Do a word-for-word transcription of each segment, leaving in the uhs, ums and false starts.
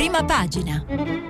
Prima pagina.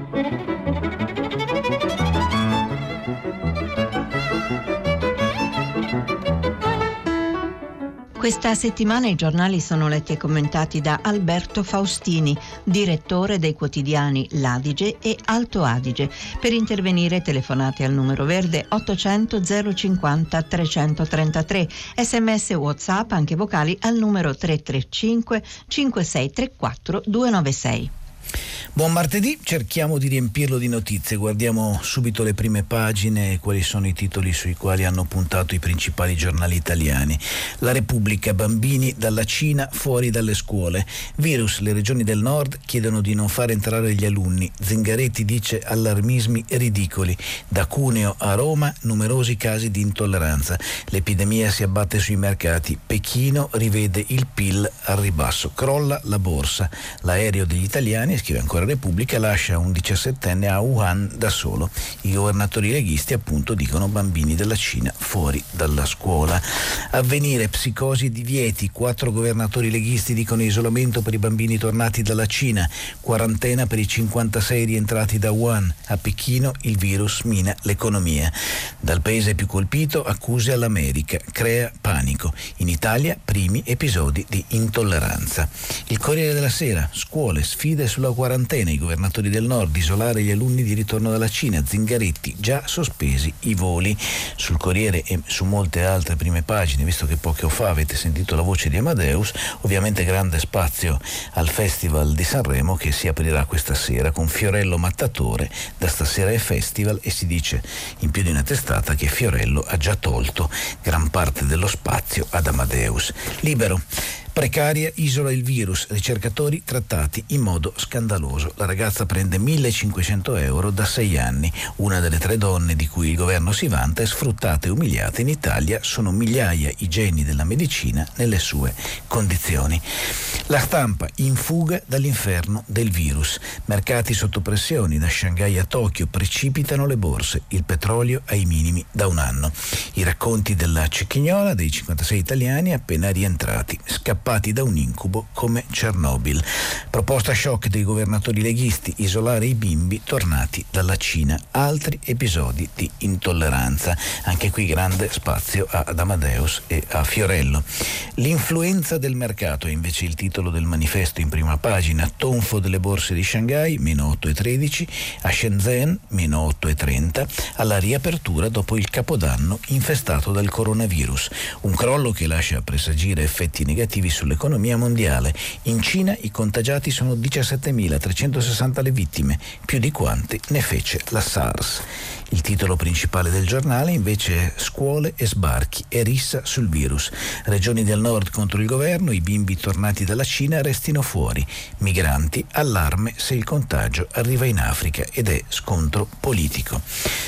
Questa settimana i giornali sono letti e commentati da Alberto Faustini, direttore dei quotidiani L'Adige e Alto Adige. Per intervenire telefonate al numero verde ottocento zero cinquanta trecentotrentatré, sms WhatsApp anche vocali al numero tre tre cinque cinque sei tre quattro due nove sei. Buon martedì, cerchiamo di riempirlo di notizie. Guardiamo subito le prime pagine e quali sono i titoli sui quali hanno puntato i principali giornali italiani. La Repubblica, bambini dalla Cina fuori dalle scuole. Virus, le regioni del nord chiedono di non far entrare gli alunni. Zingaretti dice allarmismi ridicoli. Da Cuneo a Roma numerosi casi di intolleranza. L'epidemia si abbatte sui mercati. Pechino rivede il P I L al ribasso. Crolla la borsa. L'aereo degli italiani, scrive ancora Repubblica, lascia un diciassettenne a Wuhan da solo. I governatori leghisti appunto dicono bambini della Cina fuori dalla scuola. Avvenire, psicosi, divieti. Quattro governatori leghisti dicono isolamento per i bambini tornati dalla Cina, quarantena per i cinquantasei rientrati da Wuhan. A Pechino il virus mina l'economia. Dal paese più colpito accuse all'America, crea panico. In Italia primi episodi di intolleranza. Il Corriere della Sera, scuole, sfide sulla quarantena, i governatori del nord, isolare gli alunni di ritorno dalla Cina. Zingaretti, già sospesi i voli. Sul Corriere e su molte altre prime pagine, visto che poco fa avete sentito la voce di Amadeus, ovviamente grande spazio al Festival di Sanremo che si aprirà questa sera con Fiorello Mattatore. Da stasera è festival e si dice in più di una testata che Fiorello ha già tolto gran parte dello spazio ad Amadeus. Libero. Precaria isola il virus, ricercatori trattati in modo scandaloso. La ragazza prende millecinquecento euro da sei anni. Una delle tre donne di cui il governo si vanta è sfruttata e umiliata. In Italia sono migliaia i geni della medicina nelle sue condizioni. La Stampa, in fuga dall'inferno del virus. Mercati sotto pressioni, da Shanghai a Tokyo precipitano le borse, il petrolio ai minimi da un anno. I racconti della cecchignola dei cinquantasei italiani appena rientrati, scappati da un incubo come Chernobyl. Proposta shock dei governatori leghisti, isolare i bimbi tornati dalla Cina. Altri episodi di intolleranza. Anche qui grande spazio ad Amadeus e a Fiorello. L'influenza del mercato è invece il titolo del manifesto in prima pagina. Tonfo delle borse di Shanghai, meno otto virgola tredici, a Shenzhen, meno otto virgola trenta, alla riapertura dopo il capodanno infestato dal coronavirus. Un crollo che lascia presagire effetti negativi sull'economia mondiale. In Cina i contagiati sono diciassettemilatrecentosessanta le vittime, più di quante ne fece la SARS. Il titolo principale del giornale invece è scuole e sbarchi e rissa sul virus. Regioni del nord contro il governo, i bimbi tornati dalla Cina restino fuori. Migranti, allarme se il contagio arriva in Africa ed è scontro politico.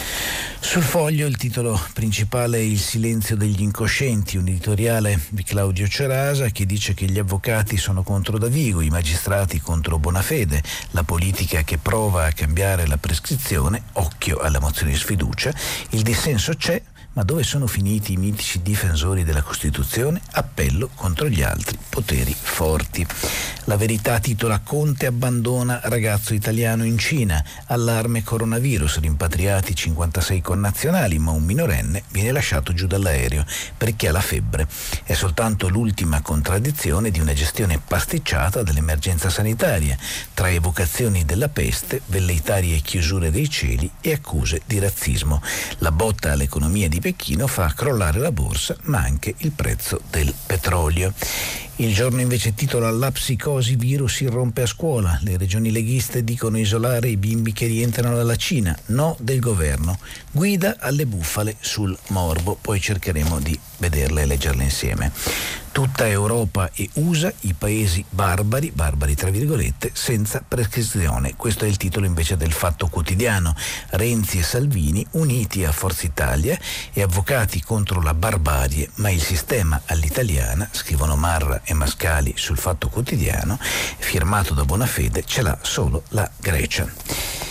Sul Foglio il titolo principale è Il silenzio degli incoscienti, un editoriale di Claudio Cerasa che dice che gli avvocati sono contro Davigo, i magistrati contro Bonafede, la politica che prova a cambiare la prescrizione, occhio alla mozione di sfiducia, il dissenso c'è, ma dove sono finiti i mitici difensori della Costituzione? Appello contro gli altri poteri forti. La Verità titola Conte abbandona ragazzo italiano in Cina, allarme coronavirus, rimpatriati cinquantasei connazionali, ma un minorenne viene lasciato giù dall'aereo perché ha la febbre. È soltanto l'ultima contraddizione di una gestione pasticciata dell'emergenza sanitaria, tra evocazioni della peste, velleitarie chiusure dei cieli e accuse di razzismo. La botta all'economia di Pechino fa crollare la borsa, ma anche il prezzo del petrolio. Il Giorno invece titola La psicosi virus irrompe a scuola. Le regioni leghiste dicono isolare i bimbi che rientrano dalla Cina. No del governo. Guida alle bufale sul morbo. Poi cercheremo di vederle e leggerle insieme. Tutta Europa e U S A, i paesi barbari, barbari tra virgolette, senza prescrizione. Questo è il titolo invece del Fatto Quotidiano. Renzi e Salvini uniti a Forza Italia e avvocati contro la barbarie, ma il sistema all'italiana, scrivono Marra e Mascali sul Fatto Quotidiano, firmato da Bonafede, ce l'ha solo la Grecia.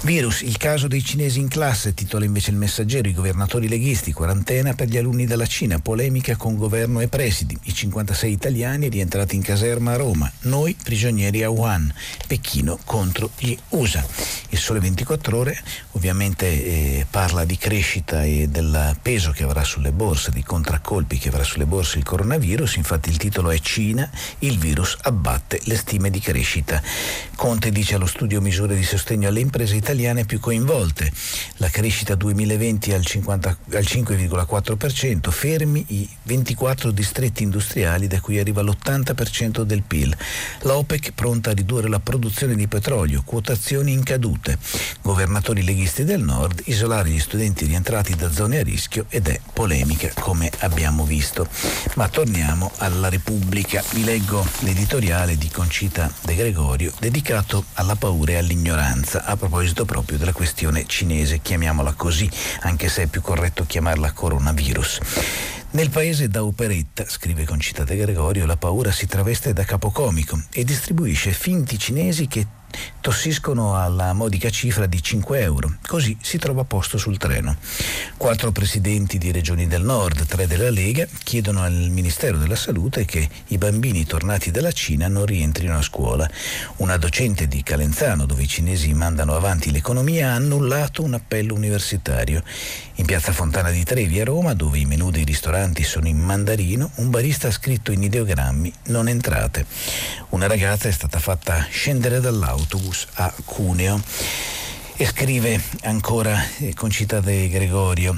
Virus, il caso dei cinesi in classe, titola invece il Messaggero, i governatori leghisti, quarantena per gli alunni dalla Cina, polemica con governo e presidi, i cinquantasei italiani rientrati in caserma a Roma, noi prigionieri a Wuhan, Pechino contro gli U S A. Il Sole ventiquattro Ore ovviamente eh, parla di crescita e del peso che avrà sulle borse, dei contraccolpi che avrà sulle borse il coronavirus, infatti il titolo è Cina, il virus abbatte le stime di crescita. Conte dice allo studio misure di sostegno alle imprese italiane più coinvolte, la crescita duemilaventi al, cinquanta, al cinque virgola quattro per cento, fermi i ventiquattro distretti industriali da cui arriva l'ottanta per cento del P I L, l'OPEC pronta a ridurre la produzione di petrolio, quotazioni in cadute, governatori leghisti del nord, isolare gli studenti rientrati da zone a rischio ed è polemica come abbiamo visto. Ma torniamo alla Repubblica, vi leggo l'editoriale di Concita De Gregorio dedicato alla paura e all'ignoranza a proposito proprio della questione cinese, chiamiamola così, anche se è più corretto chiamarla coronavirus. Nel paese da operetta, scrive Concita De Gregorio, la paura si traveste da capocomico e distribuisce finti cinesi che tossiscono alla modica cifra di cinque euro, così si trova posto sul treno. Quattro presidenti di regioni del nord, tre della Lega, chiedono al Ministero della Salute che i bambini tornati dalla Cina non rientrino a scuola. Una docente di Calenzano, dove i cinesi mandano avanti l'economia, ha annullato un appello universitario. In piazza Fontana di Trevi a Roma, dove i menù dei ristoranti sono in mandarino, un barista ha scritto in ideogrammi "non entrate". Una ragazza è stata fatta scendere dall'autobus a Cuneo. E scrive ancora eh, Concita De Gregorio,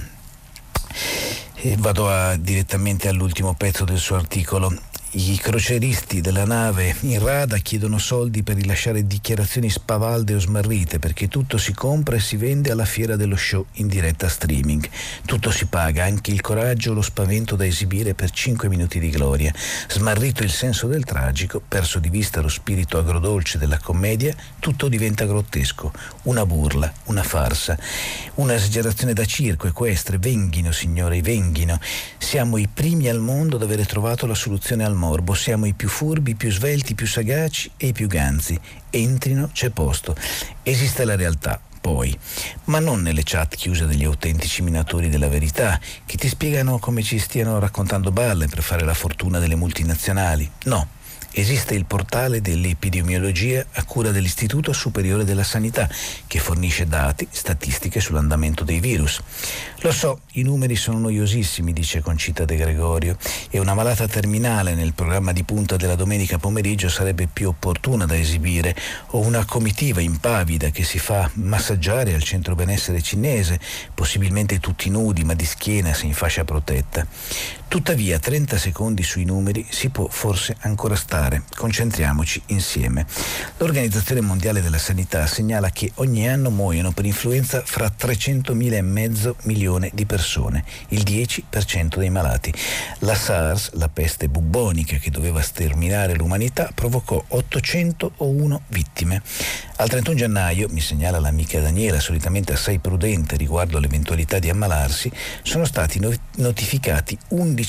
e vado a, direttamente all'ultimo pezzo del suo articolo. I croceristi della nave in rada chiedono soldi per rilasciare dichiarazioni spavalde o smarrite, perché tutto si compra e si vende alla fiera dello show in diretta streaming. Tutto si paga, anche il coraggio o lo spavento da esibire per cinque minuti di gloria. Smarrito il senso del tragico, perso di vista lo spirito agrodolce della commedia, tutto diventa grottesco, una burla, una farsa, una esagerazione da circo equestre. Venghino, signori, venghino. Siamo i primi al mondo ad avere trovato la soluzione al morbo, siamo i più furbi, i più svelti, i più sagaci e i più ganzi. Entrino, c'è posto. Esiste la realtà, poi, ma non nelle chat chiuse degli autentici minatori della verità che ti spiegano come ci stiano raccontando balle per fare la fortuna delle multinazionali. No. Esiste il portale dell'epidemiologia a cura dell'Istituto Superiore della Sanità, che fornisce dati, statistiche sull'andamento dei virus. Lo so, i numeri sono noiosissimi, dice Concita De Gregorio, e una malata terminale nel programma di punta della domenica pomeriggio sarebbe più opportuna da esibire, o una comitiva impavida che si fa massaggiare al centro benessere cinese, possibilmente tutti nudi ma di schiena se in fascia protetta. Tuttavia, trenta secondi sui numeri si può forse ancora stare. Concentriamoci insieme. L'Organizzazione Mondiale della Sanità segnala che ogni anno muoiono per influenza fra trecentomila e mezzo milione di persone, il dieci per cento dei malati. La SARS, la peste bubbonica che doveva sterminare l'umanità, provocò ottocentouno vittime. Al trentuno gennaio, mi segnala l'amica Daniela, solitamente assai prudente riguardo all'eventualità di ammalarsi, sono stati no- notificati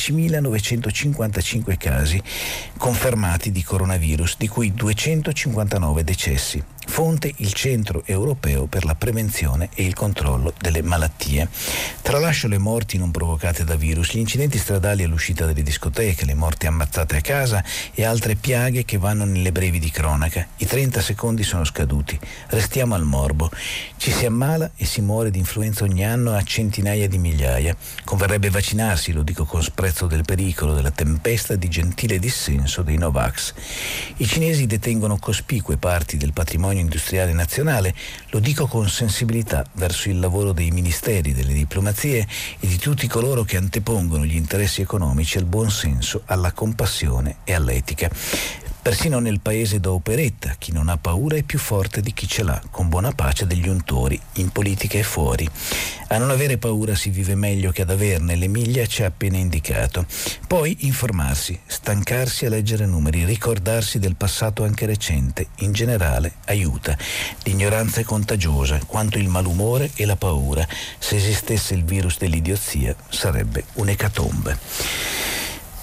undicimilanovecentocinquantacinque casi confermati di coronavirus, di cui duecentocinquantanove decessi. Fonte il Centro Europeo per la Prevenzione e il Controllo delle Malattie. Tralascio le morti non provocate da virus, gli incidenti stradali all'uscita delle discoteche, le morti ammazzate a casa e altre piaghe che vanno nelle brevi di cronaca. I trenta secondi sono scaduti. Restiamo al morbo. Ci si ammala e si muore di influenza ogni anno a centinaia di migliaia. Converrebbe vaccinarsi, lo dico con sprezzo del pericolo, della tempesta di gentile dissenso dei Novax. I cinesi detengono cospicue parti del patrimonio industriale nazionale, lo dico con sensibilità verso il lavoro dei ministeri, delle diplomazie e di tutti coloro che antepongono gli interessi economici al buon senso, alla compassione e all'etica. Persino nel paese da operetta, chi non ha paura è più forte di chi ce l'ha, con buona pace degli untori, in politica e fuori. A non avere paura si vive meglio che ad averne, l'Emilia ci ha appena indicato. Poi informarsi, stancarsi a leggere numeri, ricordarsi del passato anche recente, in generale aiuta. L'ignoranza è contagiosa, quanto il malumore e la paura. Se esistesse il virus dell'idiozia sarebbe un'ecatombe.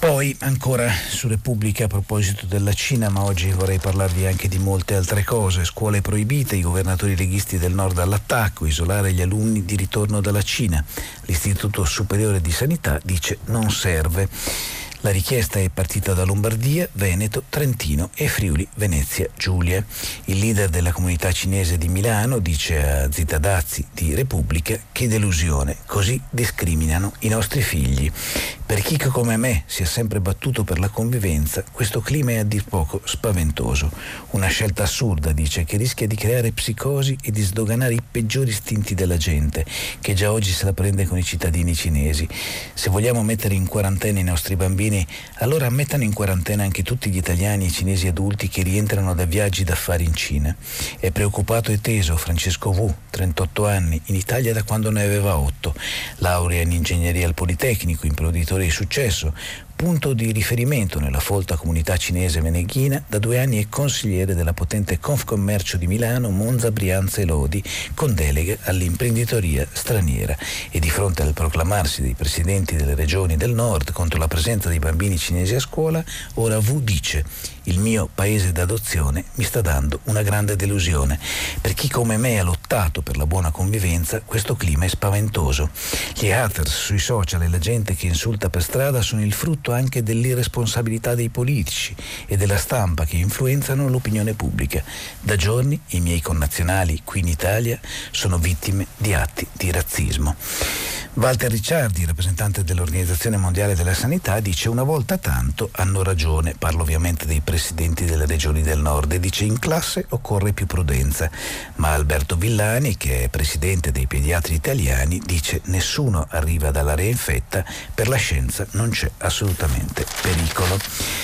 Poi ancora su Repubblica a proposito della Cina, ma oggi vorrei parlarvi anche di molte altre cose. Scuole proibite, i governatori leghisti del nord all'attacco, isolare gli alunni di ritorno dalla Cina. L'Istituto Superiore di Sanità dice non serve. La richiesta è partita da Lombardia, Veneto, Trentino e Friuli Venezia Giulia. Il leader della comunità cinese di Milano dice a Zita Dazzi di Repubblica che delusione, così discriminano i nostri figli. Per chi come me si è sempre battuto per la convivenza, questo clima è a dir poco spaventoso. Una scelta assurda, dice, che rischia di creare psicosi e di sdoganare i peggiori istinti della gente, che già oggi se la prende con i cittadini cinesi. Se vogliamo mettere in quarantena i nostri bambini, allora mettano in quarantena anche tutti gli italiani e cinesi adulti che rientrano da viaggi d'affari in Cina. È preoccupato e teso Francesco Wu, trentotto anni, in Italia da quando ne aveva otto, laurea in ingegneria al Politecnico, imprenditore di successo, punto di riferimento nella folta comunità cinese meneghina, da due anni è consigliere della potente Confcommercio di Milano, Monza, Brianza e Lodi, con delega all'imprenditoria straniera. E di fronte al proclamarsi dei presidenti delle regioni del nord contro la presenza dei bambini cinesi a scuola, ora Wu dice: il mio paese d'adozione mi sta dando una grande delusione. Per chi come me ha lottato per la buona convivenza, questo clima è spaventoso. Gli haters sui social e la gente che insulta per strada sono il frutto anche dell'irresponsabilità dei politici e della stampa che influenzano l'opinione pubblica. Da giorni i miei connazionali qui in Italia sono vittime di atti di razzismo. Walter Ricciardi, rappresentante dell'Organizzazione Mondiale della Sanità, dice una volta tanto hanno ragione, parla ovviamente dei presidenti delle regioni del nord, e dice in classe occorre più prudenza. Ma Alberto Villani, che è presidente dei pediatri italiani, dice nessuno arriva dall'area infetta, per la scienza non c'è assolutamente pericolo.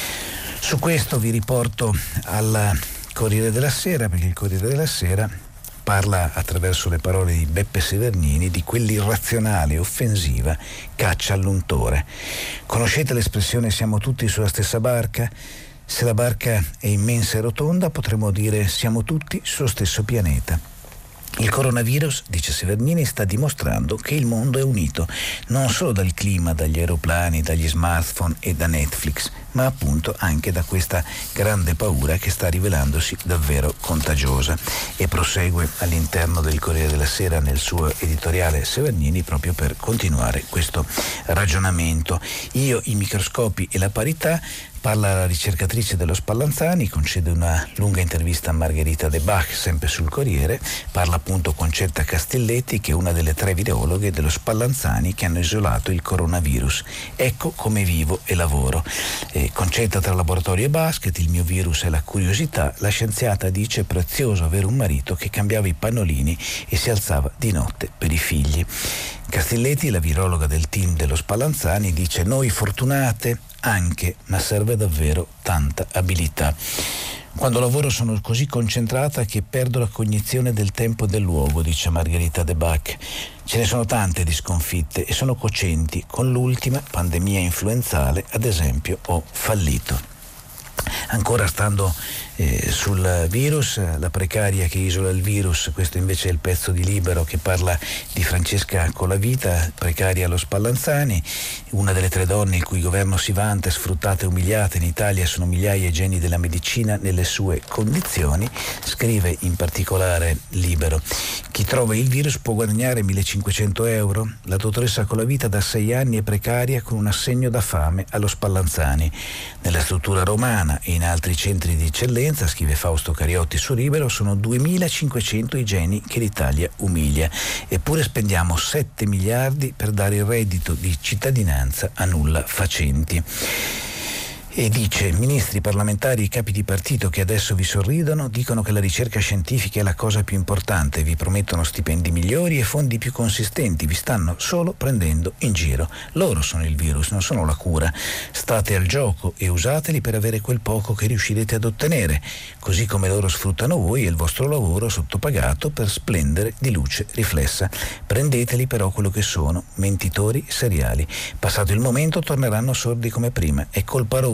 Su questo vi riporto al Corriere della Sera, perché il Corriere della Sera parla attraverso le parole di Beppe Severnini di quell'irrazionale e offensiva caccia all'untore. Conoscete l'espressione siamo tutti sulla stessa barca? Se la barca è immensa e rotonda potremmo dire siamo tutti sullo stesso pianeta. Il coronavirus, dice Severnini, sta dimostrando che il mondo è unito, non solo dal clima, dagli aeroplani, dagli smartphone e da Netflix, ma appunto anche da questa grande paura che sta rivelandosi davvero contagiosa. E prosegue all'interno del Corriere della Sera nel suo editoriale Severnini proprio per continuare questo ragionamento. Io, i microscopi e la parità. Parla la ricercatrice dello Spallanzani, concede una lunga intervista a Margherita De Bach, sempre sul Corriere, parla appunto Concetta Castelletti, che è una delle tre virologhe dello Spallanzani che hanno isolato il coronavirus. Ecco come vivo e lavoro. Eh, Concetta tra laboratorio e basket, il mio virus è la curiosità, la scienziata dice prezioso avere un marito che cambiava i pannolini e si alzava di notte per i figli. Castelletti, la virologa del team dello Spallanzani, dice noi fortunate anche, ma serve davvero tanta abilità. Quando lavoro sono così concentrata che perdo la cognizione del tempo e del luogo, dice Margherita De Bach. Ce ne sono tante di sconfitte e sono cocenti. Con l'ultima, pandemia influenzale, ad esempio, ho fallito. Ancora stando eh, sul virus, la precaria che isola il virus, questo invece è il pezzo di Libero che parla di Francesca Colavita, precaria allo Spallanzani, una delle tre donne il cui governo si vanta, sfruttate e umiliate in Italia, sono migliaia i geni della medicina nelle sue condizioni. Scrive in particolare Libero: chi trova il virus può guadagnare millecinquecento euro, la dottoressa Colavita da sei anni è precaria con un assegno da fame allo Spallanzani. Nella struttura romana e in altri centri di eccellenza, scrive Fausto Cariotti su Libero, sono duemilacinquecento i geni che l'Italia umilia, eppure spendiamo sette miliardi per dare il reddito di cittadinanza a nulla facenti. E dice, ministri, parlamentari e capi di partito che adesso vi sorridono dicono che la ricerca scientifica è la cosa più importante, vi promettono stipendi migliori e fondi più consistenti, vi stanno solo prendendo in giro. Loro sono il virus, non sono la cura. State al gioco e usateli per avere quel poco che riuscirete ad ottenere, così come loro sfruttano voi e il vostro lavoro sottopagato per splendere di luce riflessa. Prendeteli però quello che sono, mentitori seriali. Passato il momento torneranno sordi come prima. È colpa loro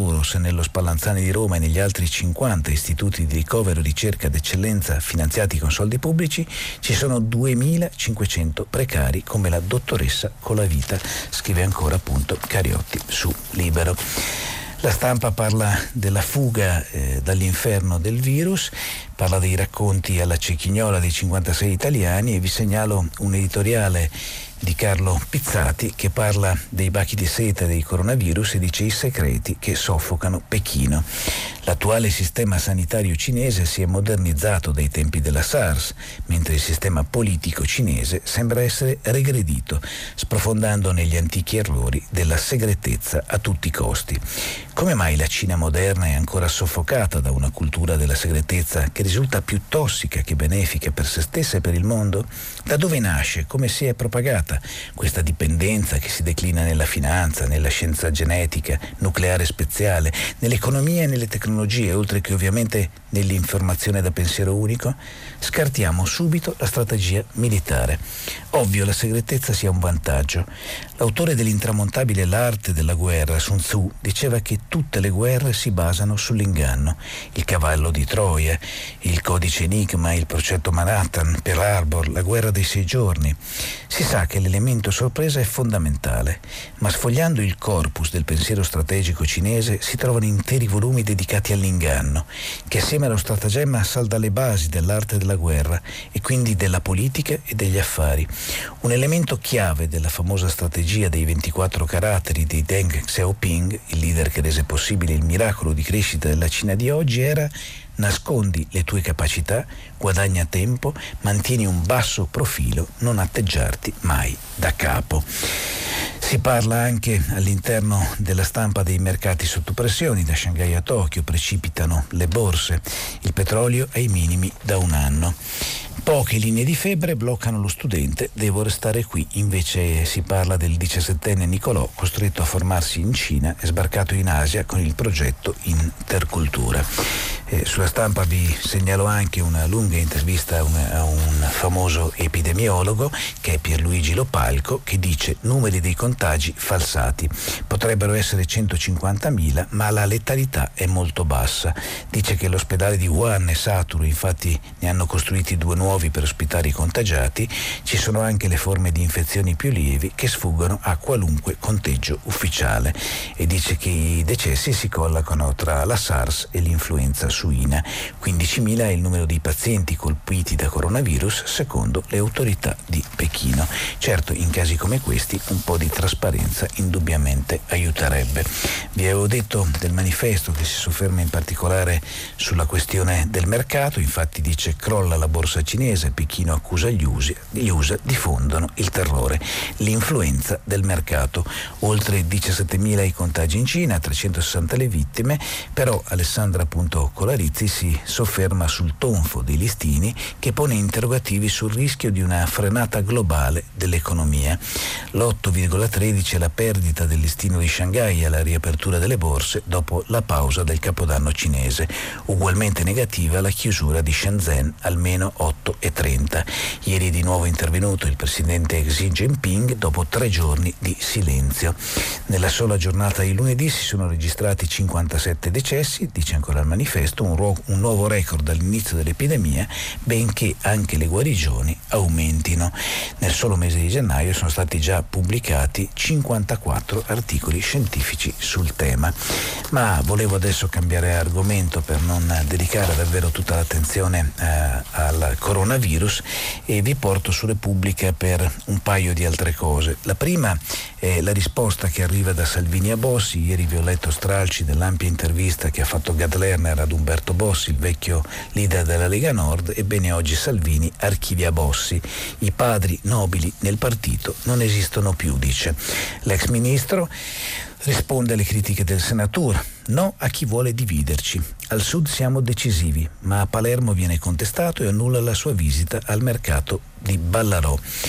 Matamoros, nello Spallanzani di Roma e negli altri cinquanta istituti di ricovero, ricerca ed eccellenza finanziati con soldi pubblici, ci sono duemilacinquecento precari come la dottoressa Colavita, scrive ancora appunto Cariotti su Libero. La Stampa parla della fuga eh, dall'inferno del virus, parla dei racconti alla cecchignola dei cinquantasei italiani e vi segnalo un editoriale di Carlo Pizzati che parla dei bachi di seta dei coronavirus e dice i segreti che soffocano Pechino. L'attuale sistema sanitario cinese si è modernizzato dai tempi della SARS, mentre il sistema politico cinese sembra essere regredito, sprofondando negli antichi errori della segretezza a tutti i costi. Come mai la Cina moderna è ancora soffocata da una cultura della segretezza che risulta più tossica che benefica per se stessa e per il mondo? Da dove nasce? Come si è propagata questa dipendenza che si declina nella finanza, nella scienza genetica, nucleare speziale, nell'economia e nelle tecnologie, oltre che ovviamente nell'informazione da pensiero unico? Scartiamo subito la strategia militare. Ovvio, la segretezza sia un vantaggio. L'autore dell'intramontabile L'arte della guerra, Sun Tzu, diceva che tutte le guerre si basano sull'inganno. Il cavallo di Troia, il codice Enigma, il progetto Manhattan, Pearl Harbor, la guerra dei sei giorni. Si sa che l'elemento sorpresa è fondamentale, ma sfogliando il corpus del pensiero strategico cinese si trovano interi volumi dedicati all'inganno, che assieme allo stratagemma salda le basi dell'arte della guerra e quindi della politica e degli affari. Un elemento chiave della famosa strategia dei ventiquattro caratteri di Deng Xiaoping, il leader che rese possibile il miracolo di crescita della Cina di oggi, era: nascondi le tue capacità, guadagna tempo, mantieni un basso profilo, non atteggiarti mai da capo. Si parla anche all'interno della Stampa dei mercati sotto pressione. Da Shanghai a Tokyo precipitano le borse, il petrolio ai minimi da un anno. Poche linee di febbre bloccano lo studente, devo restare qui. Invece si parla del diciassettenne Nicolò, costretto a formarsi in Cina e sbarcato in Asia con il progetto Intercultura. Eh, sulla Stampa vi segnalo anche una lunga intervista a un, a un famoso epidemiologo che è Pierluigi Lopalco, che dice: numeri dei contagi falsati, potrebbero essere centocinquantamila, ma la letalità è molto bassa. Dice che l'ospedale di Wuhan è saturo, infatti ne hanno costruiti due nuovi per ospitare i contagiati. Ci sono anche le forme di infezioni più lievi che sfuggono a qualunque conteggio ufficiale, e dice che i decessi si collocano tra la SARS e l'influenza suina. quindicimila è il numero di pazienti colpiti da coronavirus secondo le autorità di Pechino. Certo, in casi come questi un po' di trasparenza indubbiamente aiuterebbe. Vi avevo detto del manifesto che si sofferma in particolare sulla questione del mercato, infatti dice: crolla la borsa cinese, Pechino accusa gli U S A, gli U S A diffondono il terrore, l'influenza del mercato. Oltre diciassettemila i contagi in Cina, trecentosessanta le vittime, però Alessandra appunto Colarizzi si sofferma sul tonfo dei listini che pone interrogativi sul rischio di una frenata globale dell'economia. L'otto virgola tredici è la perdita del listino di Shanghai alla riapertura delle borse dopo la pausa del Capodanno cinese. Ugualmente negativa la chiusura di Shenzhen, almeno otto virgola trenta. Ieri è di nuovo intervenuto il presidente Xi Jinping dopo tre giorni di silenzio. Nella sola giornata di lunedì si sono registrati cinquantasette decessi, dice ancora il manifesto, un, ro- un nuovo record all'inizio dell'epidemia, benché anche le guarigioni aumentino. Nel solo mese di gennaio sono stati già pubblicati cinquantaquattro articoli scientifici sul tema. Ma volevo adesso cambiare argomento per non dedicare davvero tutta l'attenzione eh, al coronavirus, e vi porto su Repubblica per un paio di altre cose. La prima è la risposta che arriva da Salvini a Bossi. Ieri vi ho letto stralci dell'ampia intervista che ha fatto Gad Lerner ad Umberto Bossi, il vecchio leader della Lega Nord. Ebbene, oggi Salvini archivia Bossi. I padri nobili nel partito non esistono più, dice. L'ex ministro risponde alle critiche del senatore: no a chi vuole dividerci. Al sud siamo decisivi, ma a Palermo viene contestato e annulla la sua visita al mercato di Ballarò.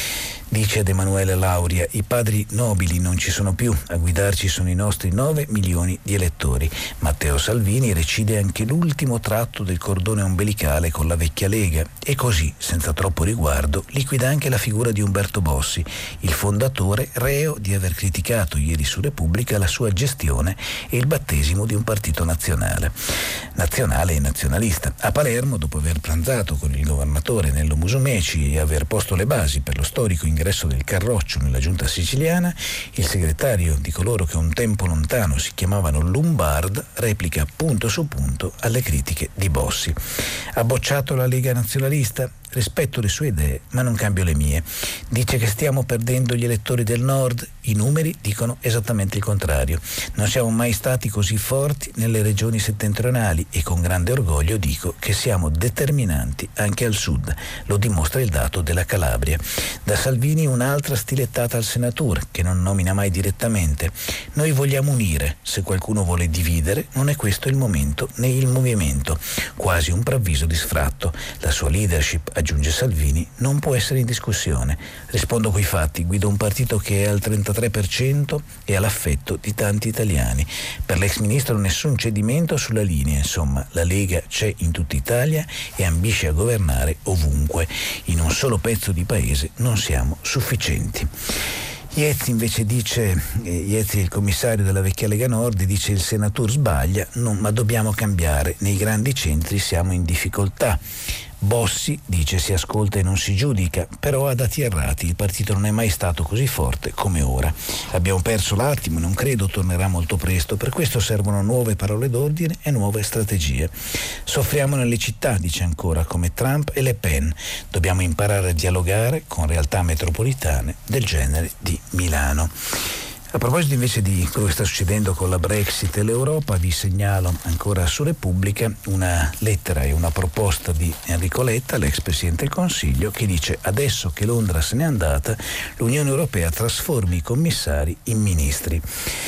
Dice ad Emanuele Lauria: i padri nobili non ci sono più, a guidarci sono i nostri nove milioni di elettori. Matteo Salvini recide anche l'ultimo tratto del cordone ombelicale con la vecchia Lega e così, senza troppo riguardo, liquida anche la figura di Umberto Bossi, il fondatore reo di aver criticato ieri su Repubblica la sua gestione e il battesimo di un partito nazionale. Nazionale e nazionalista. A Palermo, dopo aver pranzato con il governatore Nello Musumeci e aver posto le basi per lo storico ingresso del Carroccio nella giunta siciliana, il segretario di coloro che un tempo lontano si chiamavano Lombard replica punto su punto alle critiche di Bossi. Ha bocciato la Lega nazionalista? Rispetto le sue idee, ma non cambio le mie. Dice che stiamo perdendo gli elettori del nord. I numeri dicono esattamente il contrario. Non siamo mai stati così forti nelle regioni settentrionali e con grande orgoglio dico che siamo determinanti anche al sud. Lo dimostra il dato della Calabria. Da Salvini un'altra stilettata al Senatur, che non nomina mai direttamente. Noi vogliamo unire. Se qualcuno vuole dividere, non è questo il momento né il movimento. Quasi un preavviso di sfratto. La sua leadership, aggiunge Salvini, non può essere in discussione. Rispondo coi fatti, guido un partito che è al trentatré per cento e ha l'affetto di tanti italiani. Per l'ex ministro nessun cedimento sulla linea, insomma, la Lega c'è in tutta Italia e ambisce a governare ovunque. In un solo pezzo di paese non siamo sufficienti. Iezzi invece dice, eh, Iezzi, il commissario della vecchia Lega Nord, dice il Senatur sbaglia, non, ma dobbiamo cambiare, nei grandi centri siamo in difficoltà. Bossi dice si ascolta e non si giudica, però ha dati errati, il partito non è mai stato così forte come ora. Abbiamo perso l'attimo e non credo tornerà molto presto, per questo servono nuove parole d'ordine e nuove strategie. Soffriamo nelle città, dice ancora, come Trump e Le Pen. Dobbiamo imparare a dialogare con realtà metropolitane del genere di Milano. A proposito invece di quello che sta succedendo con la Brexit e l'Europa, vi segnalo ancora su Repubblica una lettera e una proposta di Enrico Letta, l'ex Presidente del Consiglio, che dice: adesso che Londra se n'è andata, l'Unione Europea trasformi i commissari in ministri.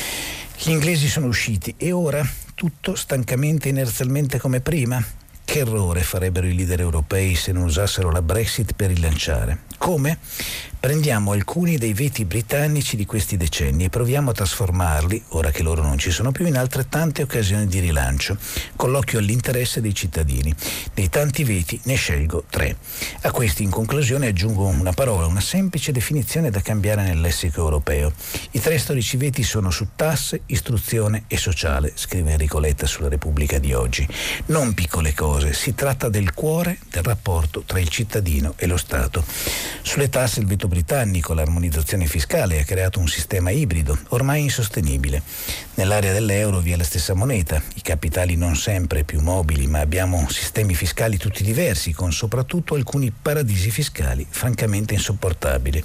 Gli inglesi sono usciti e ora tutto stancamente e inerzialmente come prima? Che errore farebbero i leader europei se non usassero la Brexit per rilanciare? Come? Prendiamo alcuni dei veti britannici di questi decenni e proviamo a trasformarli, ora che loro non ci sono più, in altrettante occasioni di rilancio, con l'occhio all'interesse dei cittadini. Dei tanti veti ne scelgo tre. A questi in conclusione aggiungo una parola, una semplice definizione da cambiare nel lessico europeo. I tre storici veti sono su tasse, istruzione e sociale, scrive Enrico Letta sulla Repubblica di oggi. Non piccole cose, si tratta del cuore del rapporto tra il cittadino e lo Stato. Sulle tasse il veto britannico, l'armonizzazione fiscale, ha creato un sistema ibrido, ormai insostenibile. Nell'area dell'euro vi è la stessa moneta, i capitali non sempre più mobili, ma abbiamo sistemi fiscali tutti diversi, con soprattutto alcuni paradisi fiscali francamente insopportabili.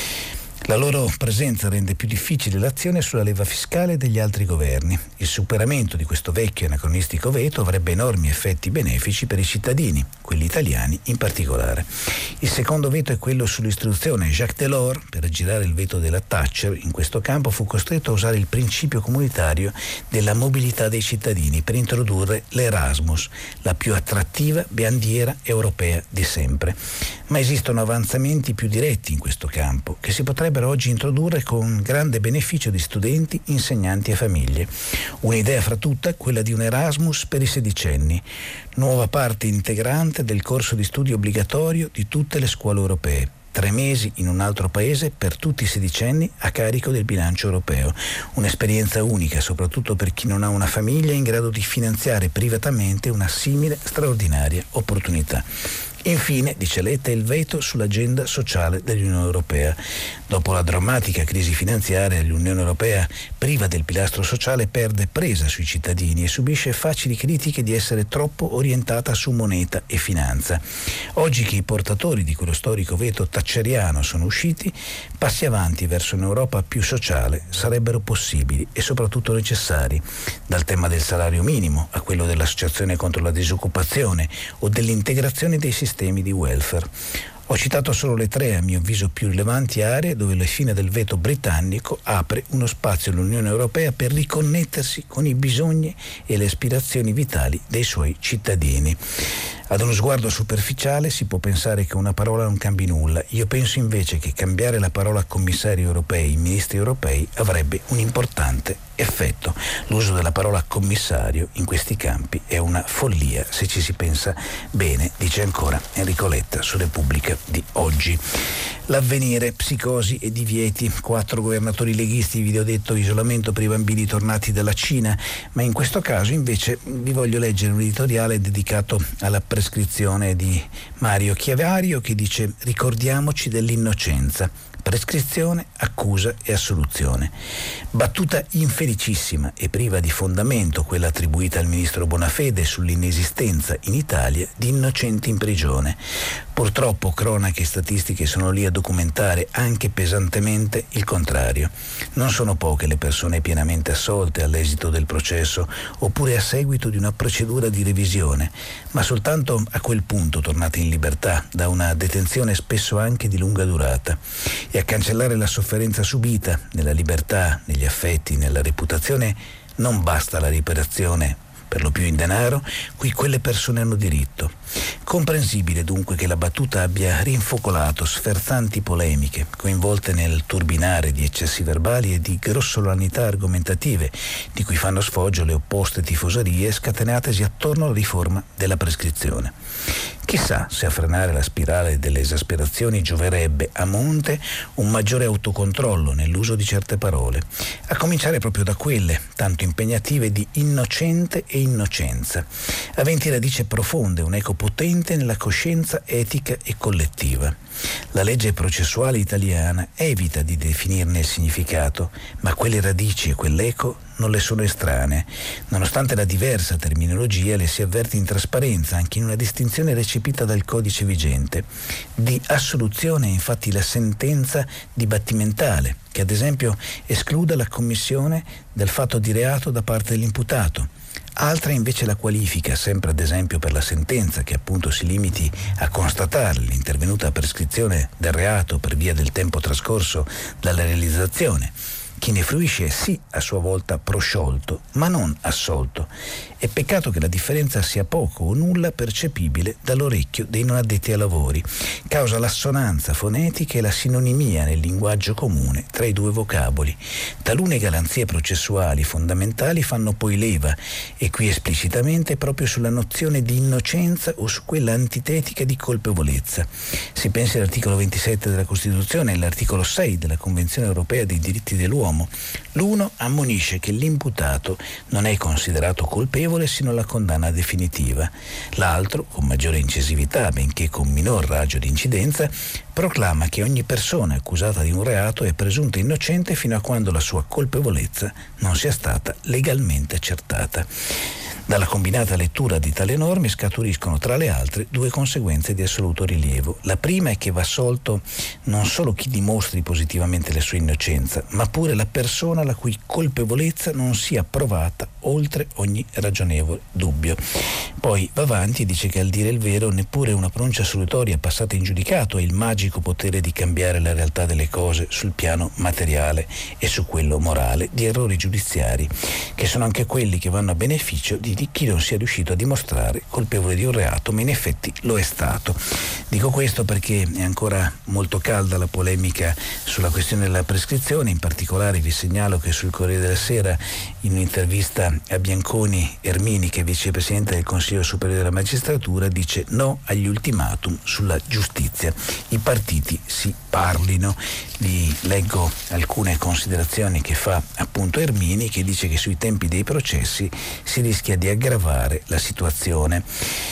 La loro presenza rende più difficile l'azione sulla leva fiscale degli altri governi. Il superamento di questo vecchio e anacronistico veto avrebbe enormi effetti benefici per i cittadini, quelli italiani in particolare. Il secondo veto è quello sull'istruzione. Jacques Delors, per aggirare il veto della Thatcher, in questo campo fu costretto a usare il principio comunitario della mobilità dei cittadini per introdurre l'Erasmus, la più attrattiva bandiera europea di sempre. Ma esistono avanzamenti più diretti in questo campo, che si potrebbero oggi introdurre con grande beneficio di studenti, insegnanti e famiglie. Un'idea fra tutte, quella di un Erasmus per i sedicenni, nuova parte integrante del corso di studio obbligatorio di tutte le scuole europee. Tre mesi in un altro paese per tutti i sedicenni a carico del bilancio europeo. Un'esperienza unica, soprattutto per chi non ha una famiglia in grado di finanziare privatamente una simile straordinaria opportunità. Infine, dice Letta, il veto sull'agenda sociale dell'Unione Europea. Dopo la drammatica crisi finanziaria, l'Unione Europea, priva del pilastro sociale, perde presa sui cittadini e subisce facili critiche di essere troppo orientata su moneta e finanza. Oggi che i portatori di quello storico veto thatcheriano sono usciti, passi avanti verso un'Europa più sociale sarebbero possibili e soprattutto necessari, dal tema del salario minimo a quello dell'associazione contro la disoccupazione o dell'integrazione dei sistemi di welfare. Ho citato solo le tre, a mio avviso, più rilevanti aree dove la fine del veto britannico apre uno spazio all'Unione Europea per riconnettersi con i bisogni e le aspirazioni vitali dei suoi cittadini. Ad uno sguardo superficiale si può pensare che una parola non cambi nulla. Io penso invece che cambiare la parola commissari europei, ministri europei, avrebbe un importante effetto. L'uso della parola commissario in questi campi è una follia se ci si pensa bene, dice ancora Enrico Letta su Repubblica di oggi. L'Avvenire, psicosi e divieti, quattro governatori leghisti, vi ho detto, isolamento per i bambini tornati dalla Cina, ma in questo caso invece vi voglio leggere un editoriale dedicato alla prescrizione di Mario Chiavario che dice: ricordiamoci dell'innocenza. Prescrizione, accusa e assoluzione. Battuta infelicissima e priva di fondamento quella attribuita al ministro Bonafede sull'inesistenza in Italia di innocenti in prigione. Purtroppo cronache e statistiche sono lì a documentare anche pesantemente il contrario. Non sono poche le persone pienamente assolte all'esito del processo oppure a seguito di una procedura di revisione, ma soltanto a quel punto tornate in libertà da una detenzione spesso anche di lunga durata. E a cancellare la sofferenza subita nella libertà, negli affetti, nella reputazione non basta la riparazione, per lo più in denaro, cui quelle persone hanno diritto. Comprensibile dunque che la battuta abbia rinfocolato sferzanti polemiche, coinvolte nel turbinare di eccessi verbali e di grossolanità argomentative, di cui fanno sfoggio le opposte tifoserie scatenatesi attorno alla riforma della prescrizione. Chissà se a frenare la spirale delle esasperazioni gioverebbe a monte un maggiore autocontrollo nell'uso di certe parole, a cominciare proprio da quelle, tanto impegnative, di innocente e innocenza, aventi radice profonde, un eco potente nella coscienza etica e collettiva. La legge processuale italiana evita di definirne il significato, ma quelle radici e quell'eco non le sono estranee. Nonostante la diversa terminologia, le si avverte in trasparenza, anche in una distinzione recepita dal codice vigente. Di assoluzione è infatti la sentenza dibattimentale, che ad esempio escluda la commissione del fatto di reato da parte dell'imputato. Altra invece la qualifica, sempre ad esempio per la sentenza, che appunto si limiti a constatare l'intervenuta prescrizione del reato per via del tempo trascorso dalla realizzazione. Chi ne fruisce è sì a sua volta prosciolto, ma non assolto. È peccato che la differenza sia poco o nulla percepibile dall'orecchio dei non addetti ai lavori. Causa l'assonanza fonetica e la sinonimia nel linguaggio comune tra i due vocaboli. Talune garanzie processuali fondamentali fanno poi leva, e qui esplicitamente, proprio sulla nozione di innocenza o su quella antitetica di colpevolezza. Si pensi all'articolo ventisette della Costituzione e all'articolo sei della Convenzione Europea dei Diritti dell'Uomo. L'uno ammonisce che l'imputato non è considerato colpevole sino alla condanna definitiva. L'altro, con maggiore incisività, benché con minor raggio di incidenza, proclama che ogni persona accusata di un reato è presunta innocente fino a quando la sua colpevolezza non sia stata legalmente accertata. Dalla combinata lettura di tale norme scaturiscono tra le altre due conseguenze di assoluto rilievo. La prima è che va assolto non solo chi dimostri positivamente la sua innocenza, ma pure la persona la cui colpevolezza non sia provata oltre ogni ragionevole dubbio. Poi va avanti e dice che, al dire il vero, neppure una pronuncia assolutoria passata in giudicato ha il magico potere di cambiare la realtà delle cose sul piano materiale e su quello morale di errori giudiziari, che sono anche quelli che vanno a beneficio di di chi non sia riuscito a dimostrare colpevole di un reato, ma in effetti lo è stato. Dico questo perché è ancora molto calda la polemica sulla questione della prescrizione. In particolare vi segnalo che sul Corriere della Sera, in un'intervista a Bianconi, Ermini, che è vicepresidente del Consiglio Superiore della Magistratura, dice no agli ultimatum sulla giustizia. I partiti si parlino. Vi leggo alcune considerazioni che fa appunto Ermini, che dice che sui tempi dei processi si rischia di aggravare la situazione.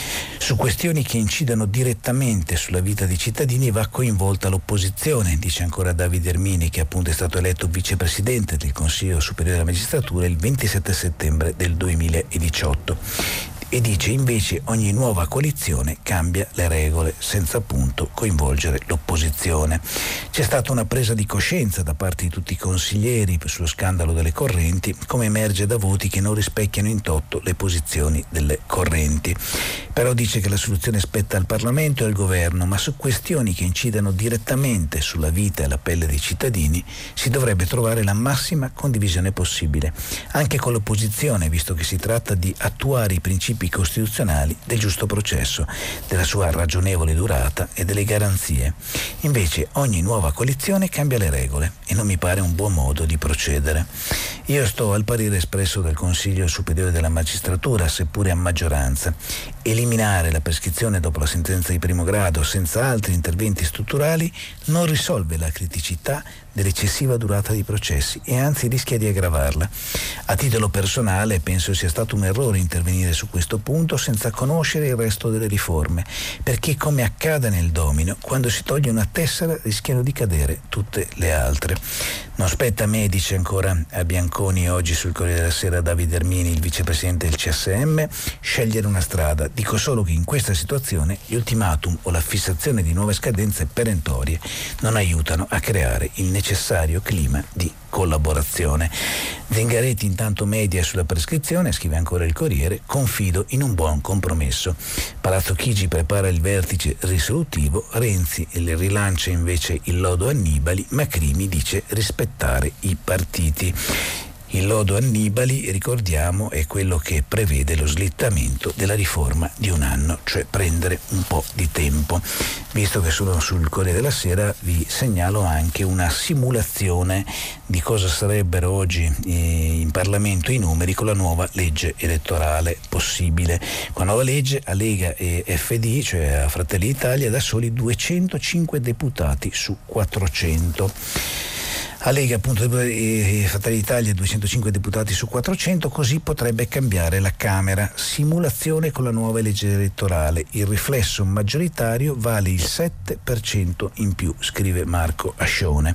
Su questioni che incidano direttamente sulla vita dei cittadini va coinvolta l'opposizione, dice ancora Davide Ermini, che appunto è stato eletto vicepresidente del Consiglio Superiore della Magistratura il ventisette settembre del duemiladiciotto. E dice invece ogni nuova coalizione cambia le regole senza appunto coinvolgere l'opposizione. C'è stata una presa di coscienza da parte di tutti i consiglieri sullo scandalo delle correnti, come emerge da voti che non rispecchiano in toto le posizioni delle correnti. Però dice che la soluzione spetta al Parlamento e al Governo, ma su questioni che incidano direttamente sulla vita e la pelle dei cittadini si dovrebbe trovare la massima condivisione possibile, anche con l'opposizione, visto che si tratta di attuare i principi principi costituzionali del giusto processo, della sua ragionevole durata e delle garanzie. Invece ogni nuova coalizione cambia le regole e non mi pare un buon modo di procedere. Io sto al parere espresso dal Consiglio Superiore della Magistratura, seppure a maggioranza. Eliminare la prescrizione dopo la sentenza di primo grado senza altri interventi strutturali non risolve la criticità dell'eccessiva durata dei processi e anzi rischia di aggravarla. A titolo personale penso sia stato un errore intervenire su questo punto senza conoscere il resto delle riforme, perché come accade nel domino, quando si toglie una tessera rischiano di cadere tutte le altre. Non spetta a me, dice ancora a Bianconi oggi sul Corriere della Sera Davide Ermini, il vicepresidente del C S M, scegliere una strada. Dico solo che in questa situazione gli ultimatum o la fissazione di nuove scadenze perentorie non aiutano a creare il necessario clima di collaborazione. Zingaretti intanto media sulla prescrizione, scrive ancora il Corriere, confido in un buon compromesso. Palazzo Chigi prepara il vertice risolutivo, Renzi rilancia invece il lodo Annibali, ma Crimi dice rispettare i partiti. Il lodo Annibali, ricordiamo, è quello che prevede lo slittamento della riforma di un anno, cioè prendere un po' di tempo. Visto che sono sul Corriere della Sera, vi segnalo anche una simulazione di cosa sarebbero oggi eh, in Parlamento i numeri con la nuova legge elettorale possibile. Con la nuova legge a Lega e F D, cioè a Fratelli d'Italia, da soli duecentocinque deputati su quattrocento. A Lega appunto e Fratelli d'Italia duecentocinque deputati su quattrocento, così potrebbe cambiare la Camera. Simulazione con la nuova legge elettorale, il riflesso maggioritario vale il sette per cento in più, scrive Marco Ascione.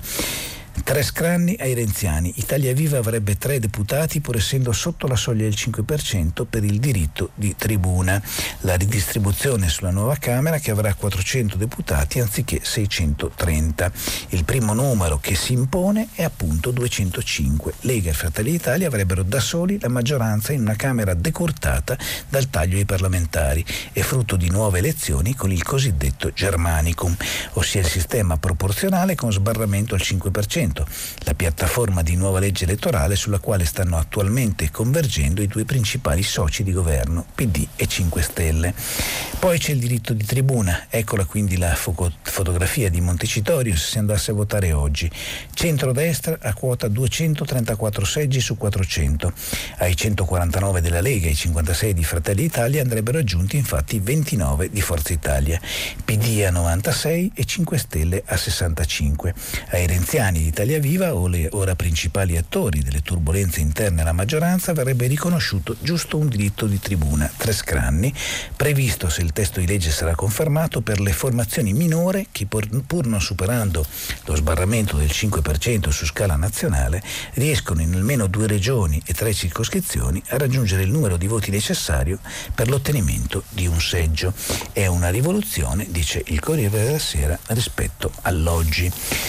Tre scranni ai renziani. Italia Viva avrebbe tre deputati pur essendo sotto la soglia del cinque per cento per il diritto di tribuna. La ridistribuzione sulla nuova Camera che avrà quattrocento deputati anziché seicentotrenta. Il primo numero che si impone è appunto duecentocinque. Lega e Fratelli d'Italia avrebbero da soli la maggioranza in una Camera decurtata dal taglio ai parlamentari e frutto di nuove elezioni con il cosiddetto Germanicum, ossia il sistema proporzionale con sbarramento al cinque per cento. La piattaforma di nuova legge elettorale sulla quale stanno attualmente convergendo i due principali soci di governo, P D e cinque Stelle. Poi c'è il diritto di tribuna, eccola quindi la fo- fotografia di Montecitorio se si andasse a votare oggi. Centrodestra a quota duecentotrentaquattro seggi su quattrocento. Ai centoquarantanove della Lega e ai cinquantasei di Fratelli d'Italia andrebbero aggiunti infatti ventinove di Forza Italia. P D a novantasei e cinque Stelle a sessantacinque. Ai renziani di Italia Viva, o le ora principali attori delle turbulenze interne alla maggioranza, verrebbe riconosciuto giusto un diritto di tribuna, tre scranni, previsto se il testo di legge sarà confermato per le formazioni minore che pur, pur non superando lo sbarramento del cinque per cento su scala nazionale riescono in almeno due regioni e tre circoscrizioni a raggiungere il numero di voti necessario per l'ottenimento di un seggio. È una rivoluzione, dice il Corriere della Sera, rispetto all'oggi.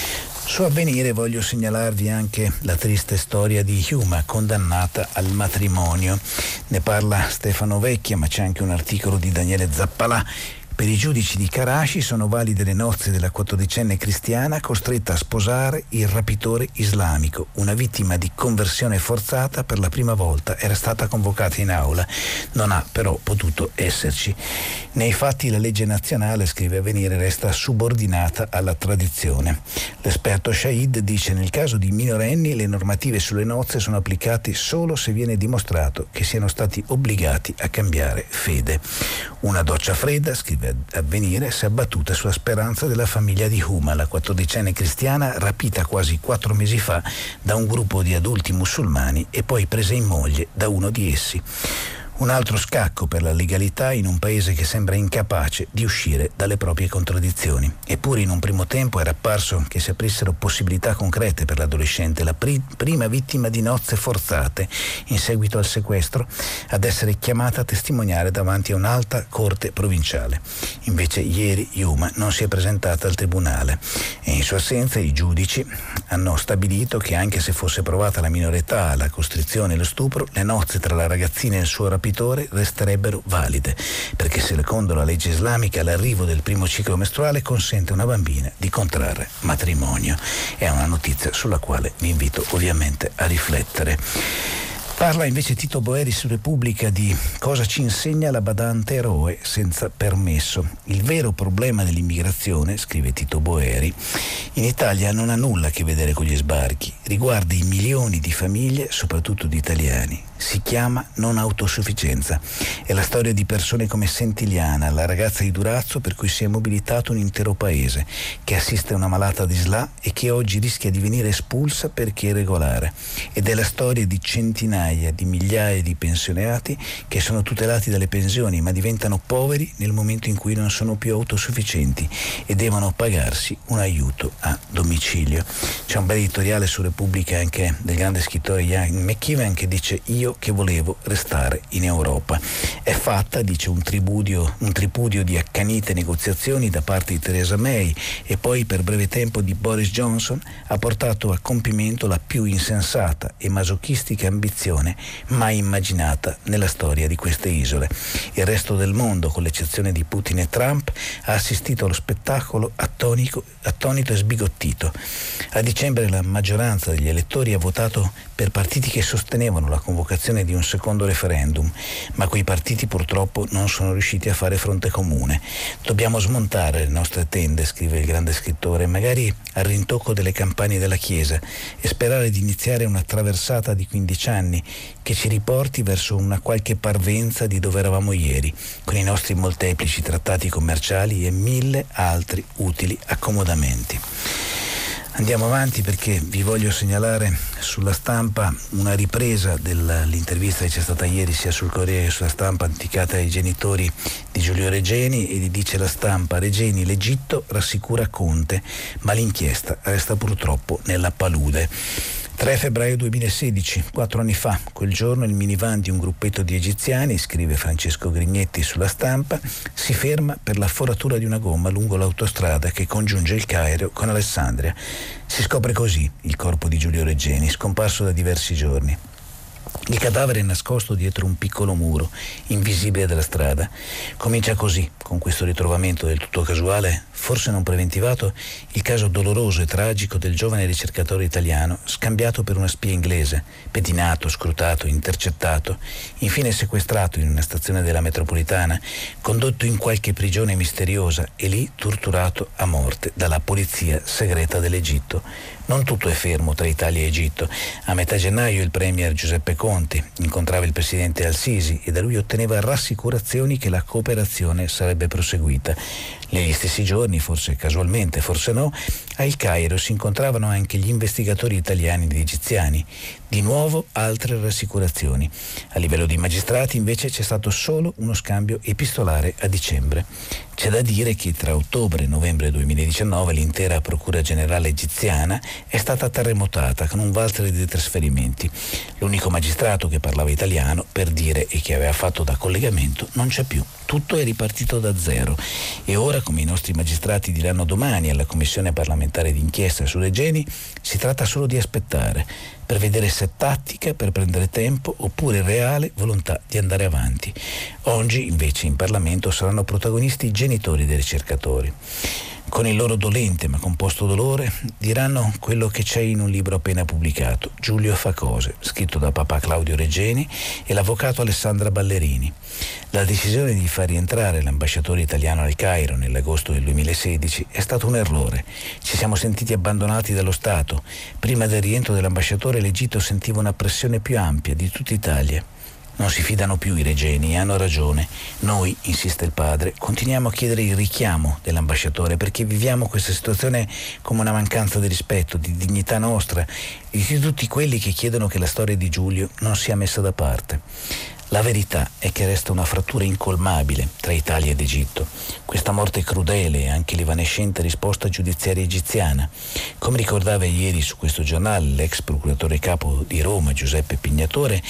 Su Avvenire voglio segnalarvi anche la triste storia di Huma, condannata al matrimonio. Ne parla Stefano Vecchia, ma c'è anche un articolo di Daniele Zappalà. Per i giudici di Karachi sono valide le nozze della quattordicenne cristiana costretta a sposare il rapitore islamico. Una vittima di conversione forzata per la prima volta era stata convocata in aula, non ha però potuto esserci. Nei fatti la legge nazionale, scrive Avvenire, resta subordinata alla tradizione. L'esperto Shahid dice: nel caso di minorenni le normative sulle nozze sono applicate solo se viene dimostrato che siano stati obbligati a cambiare fede. Una doccia fredda, scrive Avvenire, si è abbattuta sulla speranza della famiglia di Huma, la quattordicenne cristiana rapita quasi quattro mesi fa da un gruppo di adulti musulmani e poi presa in moglie da uno di essi. Un altro scacco per la legalità in un paese che sembra incapace di uscire dalle proprie contraddizioni. Eppure in un primo tempo era apparso che si aprissero possibilità concrete per l'adolescente, la pri- prima vittima di nozze forzate in seguito al sequestro, ad essere chiamata a testimoniare davanti a un'alta corte provinciale. Invece ieri Yuma non si è presentata al tribunale e in sua assenza i giudici hanno stabilito che anche se fosse provata la minore età, la costrizione e lo stupro, le nozze tra la ragazzina e il suo rapitore resterebbero valide, perché secondo la legge islamica l'arrivo del primo ciclo mestruale consente a una bambina di contrarre matrimonio. È una notizia sulla quale vi invito ovviamente a riflettere. Parla invece Tito Boeri su Repubblica di cosa ci insegna la badante eroe senza permesso. Il vero problema dell'immigrazione, scrive Tito Boeri, in Italia non ha nulla a che vedere con gli sbarchi, riguarda i milioni di famiglie, soprattutto di italiani. Si chiama non autosufficienza. È la storia di persone come Sentiliana, la ragazza di Durazzo per cui si è mobilitato un intero paese, che assiste una malata di S L A e che oggi rischia di venire espulsa perché irregolare. Ed è la storia di centinaia di migliaia di pensionati che sono tutelati dalle pensioni ma diventano poveri nel momento in cui non sono più autosufficienti e devono pagarsi un aiuto a domicilio. C'è un bel editoriale su Repubblica anche del grande scrittore Ian McKeevan che dice: io che volevo restare in Europa. È fatta, dice, un tripudio, un tripudio di accanite negoziazioni da parte di Theresa May e poi per breve tempo di Boris Johnson ha portato a compimento la più insensata e masochistica ambizione mai immaginata nella storia di queste isole. Il resto del mondo, con l'eccezione di Putin e Trump, ha assistito allo spettacolo attonico, attonito e sbigottito. A dicembre la maggioranza degli elettori ha votato per partiti che sostenevano la convocazione di un secondo referendum, ma quei partiti purtroppo non sono riusciti a fare fronte comune. Dobbiamo smontare le nostre tende, scrive il grande scrittore, magari al rintocco delle campane della Chiesa, e sperare di iniziare una traversata di quindici anni che ci riporti verso una qualche parvenza di dove eravamo ieri, con i nostri molteplici trattati commerciali e mille altri utili accomodamenti. Andiamo avanti perché vi voglio segnalare sulla Stampa una ripresa dell'intervista che c'è stata ieri sia sul Corriere che sulla Stampa dedicata ai genitori di Giulio Regeni, e gli dice la Stampa: Regeni, l'Egitto rassicura Conte, ma l'inchiesta resta purtroppo nella palude. tre febbraio duemilasedici, quattro anni fa, quel giorno il minivan di un gruppetto di egiziani, scrive Francesco Grignetti sulla Stampa, si ferma per la foratura di una gomma lungo l'autostrada che congiunge il Cairo con Alessandria. Si scopre così il corpo di Giulio Regeni, scomparso da diversi giorni. Il cadavere è nascosto dietro un piccolo muro, invisibile dalla strada. Comincia così, con questo ritrovamento del tutto casuale, forse non preventivato, il caso doloroso e tragico del giovane ricercatore italiano scambiato per una spia inglese, pedinato, scrutato, intercettato, infine sequestrato in una stazione della metropolitana, condotto in qualche prigione misteriosa e lì torturato a morte dalla polizia segreta dell'Egitto. Non tutto è fermo tra Italia e Egitto. A metà gennaio il premier Giuseppe Conte incontrava il presidente Al-Sisi e da lui otteneva rassicurazioni che la cooperazione sarebbe proseguita. Negli stessi giorni, forse casualmente, forse no, a Il Cairo si incontravano anche gli investigatori italiani ed egiziani. Di nuovo altre rassicurazioni. A livello di magistrati invece c'è stato solo uno scambio epistolare a dicembre. C'è da dire che tra ottobre e novembre duemiladiciannove l'intera Procura Generale egiziana è stata terremotata con un valzer di trasferimenti. L'unico magistrato che parlava italiano, per dire, e che aveva fatto da collegamento, non c'è più. Tutto è ripartito da zero. E ora, come i nostri magistrati diranno domani alla Commissione parlamentare d'inchiesta su Regeni, si tratta solo di aspettare, per vedere se è tattica per prendere tempo oppure reale volontà di andare avanti. Oggi, invece, in Parlamento saranno protagonisti i genitori dei ricercatori. Con il loro dolente ma composto dolore diranno quello che c'è in un libro appena pubblicato, Giulio fa cose, scritto da papà Claudio Regeni e l'avvocato Alessandra Ballerini. La decisione di far rientrare l'ambasciatore italiano al Cairo nell'agosto del duemilasedici è stato un errore. Ci siamo sentiti abbandonati dallo Stato. Prima del rientro dell'ambasciatore l'Egitto sentiva una pressione più ampia di tutta Italia. Non si fidano più i Regeni e hanno ragione. Noi, insiste il padre, continuiamo a chiedere il richiamo dell'ambasciatore perché viviamo questa situazione come una mancanza di rispetto, di dignità nostra e di tutti quelli che chiedono che la storia di Giulio non sia messa da parte. La verità è che resta una frattura incolmabile tra Italia ed Egitto. Questa morte crudele e anche l'evanescente risposta giudiziaria egiziana. Come ricordava ieri su questo giornale l'ex procuratore capo di Roma, Giuseppe Pignatore,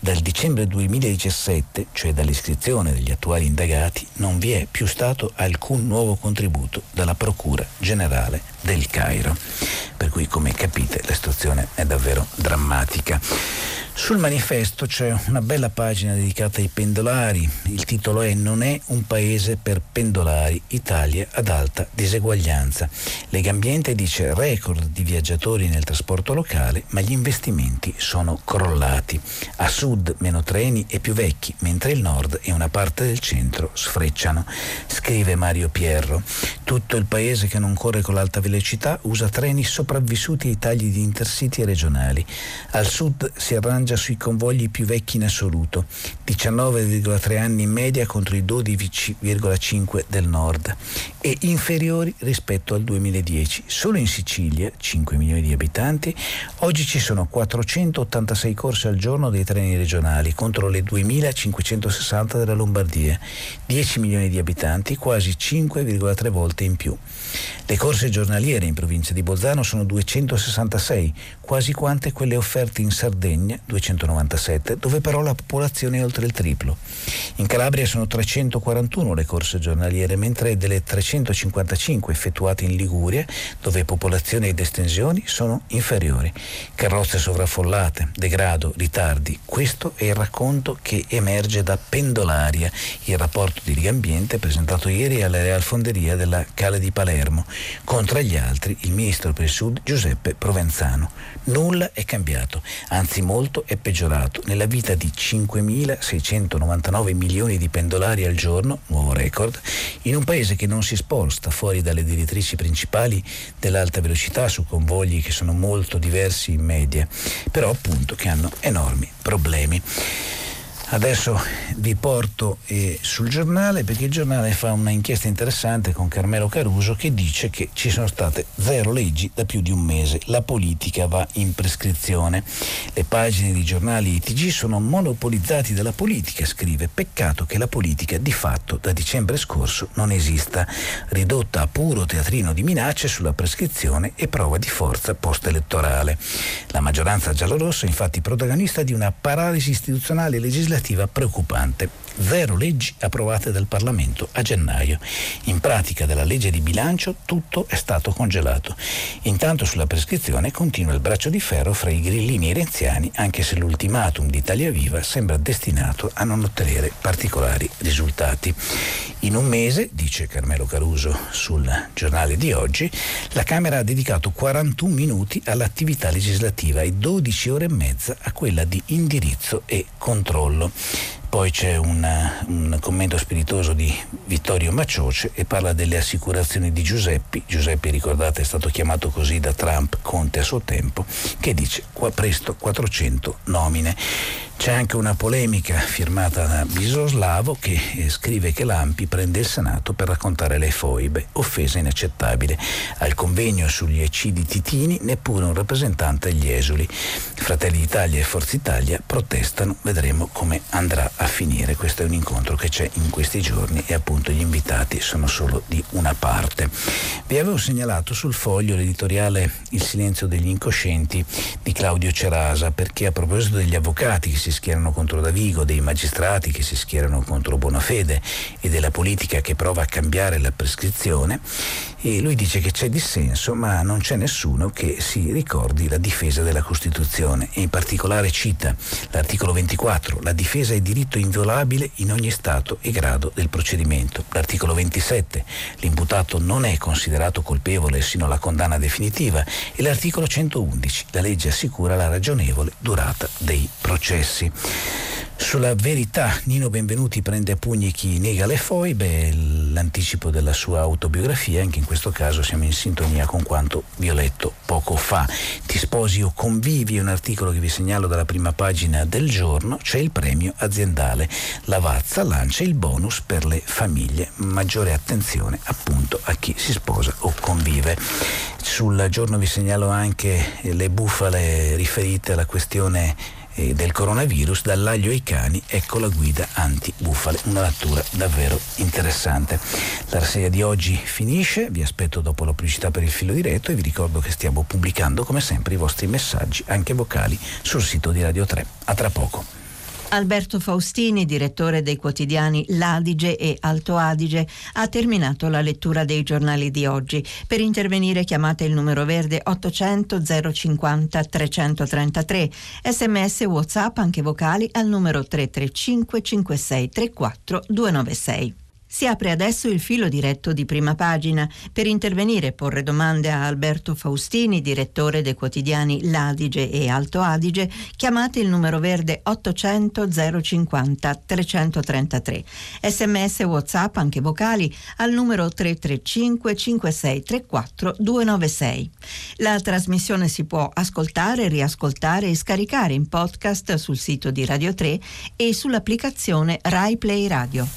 Dal dicembre duemiladiciassette, cioè dall'iscrizione degli attuali indagati, non vi è più stato alcun nuovo contributo dalla Procura Generale del Cairo. Per cui, come capite, la situazione è davvero drammatica. Sul Manifesto c'è una bella pagina dedicata ai pendolari. Il titolo è "Non è un paese per pendolari, Italia ad alta diseguaglianza". Legambiente dice record di viaggiatori nel trasporto locale, ma gli investimenti sono crollati. A sud meno treni e più vecchi, mentre il nord e una parte del centro sfrecciano. Scrive Mario Pierro: tutto il paese che non corre con l'alta velocità usa treni sopravvissuti ai tagli di intercity e regionali. Al sud si arrangia sui convogli più vecchi in assoluto, diciannove virgola tre anni in media contro i dodici virgola cinque del nord, e inferiori rispetto al duemiladieci. Solo in Sicilia, cinque milioni di abitanti, oggi ci sono quattrocentottantasei corse al giorno dei treni regionali contro le duemilacinquecentosessanta della Lombardia, dieci milioni di abitanti, quasi cinque virgola tre volte in più. Le corse giornaliere in provincia di Bolzano sono duecentosessantasei, quasi quante quelle offerte in Sardegna, duecentonovantasette, dove però la popolazione è oltre il triplo. In Calabria sono trecentoquarantuno le corse giornaliere, mentre delle trecentocinquantacinque effettuate in Liguria, dove popolazione ed estensioni sono inferiori. Carrozze sovraffollate, degrado, ritardi. Questo è il racconto che emerge da Pendolaria, il rapporto di Legambiente presentato ieri alla Realfonderia della Cala di Palermo, con tra gli altri il ministro per il Sud Giuseppe Provenzano. Nulla è cambiato, anzi molto è peggiorato nella vita di cinquemilaseicentonovantanove milioni di pendolari al giorno, nuovo record, in un paese che non si sposta fuori dalle direttrici principali dell'alta velocità su convogli che sono molto diversi in media, però appunto che hanno enormi problemi. Adesso vi porto eh, sul giornale, perché il giornale fa una inchiesta interessante con Carmelo Caruso che dice che ci sono state zero leggi da più di un mese, la politica va in prescrizione. Le pagine di giornali I T G sono monopolizzati dalla politica, scrive. Peccato che la politica di fatto da dicembre scorso non esista, ridotta a puro teatrino di minacce sulla prescrizione e prova di forza post-elettorale. La maggioranza giallorossa è infatti protagonista di una paralisi istituzionale e legislativa preoccupante. Zero leggi approvate dal Parlamento a gennaio. In pratica della legge di bilancio tutto è stato congelato. Intanto sulla prescrizione continua il braccio di ferro fra i grillini e i renziani, anche se l'ultimatum di Italia Viva sembra destinato a non ottenere particolari risultati. In un mese, dice Carmelo Caruso sul giornale di oggi, la Camera ha dedicato quarantuno minuti all'attività legislativa e dodici ore e mezza a quella di indirizzo e controllo. Poi c'è un, un commento spiritoso di Vittorio Macioce e parla delle assicurazioni di Giuseppi. Giuseppi, ricordate, è stato chiamato così da Trump, Conte a suo tempo, che dice qua presto quattrocento nomine. C'è anche una polemica firmata da Bisoslavo che eh, scrive che l'A N P I prende il Senato per raccontare le foibe, offesa inaccettabile. Al convegno sugli eccidi titini neppure un rappresentante agli esuli. Fratelli d'Italia e Forza Italia protestano, vedremo come andrà a finire. Questo è un incontro che c'è in questi giorni e appunto gli invitati sono solo di una parte. Vi avevo segnalato sul Foglio l'editoriale Il silenzio degli incoscienti di Claudio Cerasa, perché a proposito degli avvocati che si schierano contro Davigo, dei magistrati che si schierano contro Bonafede e della politica che prova a cambiare la prescrizione, e lui dice che c'è dissenso, ma non c'è nessuno che si ricordi la difesa della Costituzione, e in particolare cita l'articolo ventiquattro: la difesa è diritto inviolabile in ogni stato e grado del procedimento. L'articolo ventisette: l'imputato non è considerato colpevole sino alla condanna definitiva, e l'articolo centoundici: la legge assicura la ragionevole durata dei processi. Sulla Verità, Nino Benvenuti prende a pugni chi nega le foibe, l'anticipo della sua autobiografia. Anche in questo caso siamo in sintonia con quanto vi ho letto poco fa. Ti sposi o convivi, un articolo che vi segnalo dalla prima pagina del Giorno. C'è il premio aziendale. Lavazza lancia il bonus per le famiglie, maggiore attenzione appunto a chi si sposa o convive. Sul Giorno vi segnalo anche le bufale riferite alla questione del coronavirus, dall'aglio ai cani, ecco la guida anti-bufale, una lettura davvero interessante. La rassegna di oggi finisce, vi aspetto dopo la pubblicità per il filo diretto e vi ricordo che stiamo pubblicando come sempre i vostri messaggi, anche vocali, sul sito di Radio tre. A tra poco. Alberto Faustini, direttore dei quotidiani L'Adige e Alto Adige, ha terminato la lettura dei giornali di oggi. Per intervenire chiamate il numero verde ottocento zero cinquanta trecentotrentatré, sms WhatsApp anche vocali al numero tre tre cinque cinque sei tre quattro due nove sei. Si apre adesso il filo diretto di Prima Pagina. Per intervenire e porre domande a Alberto Faustini, direttore dei quotidiani L'Adige e Alto Adige, chiamate il numero verde ottocento zero cinquanta trecentotrentatré. Sms WhatsApp anche vocali al numero tre tre cinque cinque sei tre quattro due nove sei. La trasmissione si può ascoltare, riascoltare e scaricare in podcast sul sito di Radio tre e sull'applicazione Rai Play Radio.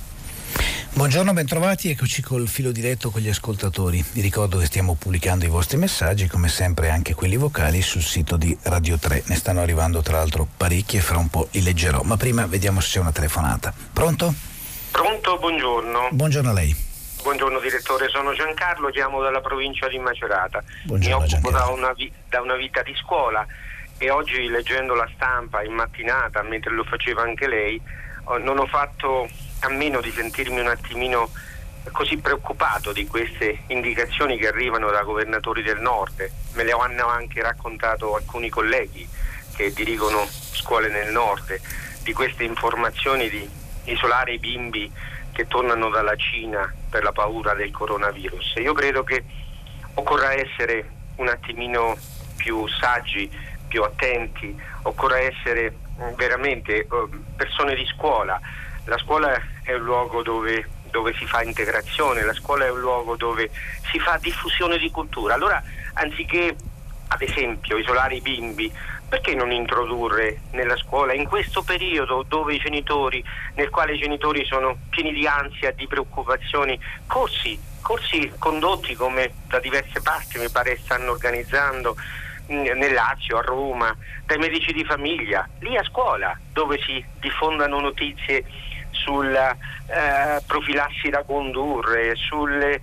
Buongiorno, bentrovati, eccoci col filo diretto con gli ascoltatori. Vi ricordo che stiamo pubblicando i vostri messaggi, come sempre anche quelli vocali, sul sito di Radio tre. Ne stanno arrivando tra l'altro parecchi e fra un po' li leggerò, ma prima vediamo se c'è una telefonata. Pronto? Pronto, buongiorno. Buongiorno a lei. Buongiorno direttore, sono Giancarlo, chiamo dalla provincia di Macerata. Buongiorno, Mi occupo Giancarlo. da una, vi- da una vita di scuola e oggi, leggendo la stampa in mattinata, mentre lo faceva anche lei, oh, non ho fatto a meno di sentirmi un attimino così preoccupato di queste indicazioni che arrivano da governatori del nord. Me le hanno anche raccontato alcuni colleghi che dirigono scuole nel nord, di queste informazioni di isolare i bimbi che tornano dalla Cina per la paura del coronavirus. Io credo che occorra essere un attimino più saggi, più attenti, occorra essere veramente uh, persone di scuola. La scuola è un luogo dove, dove si fa integrazione, la scuola è un luogo dove si fa diffusione di cultura. Allora, anziché, ad esempio, isolare i bimbi, perché non introdurre nella scuola, in questo periodo dove i genitori, nel quale i genitori sono pieni di ansia, di preoccupazioni, corsi, corsi condotti come da diverse parti mi pare stanno organizzando nel Lazio, a Roma, dai medici di famiglia, lì a scuola, dove si diffondano notizie sulla eh, profilassi da condurre, sulle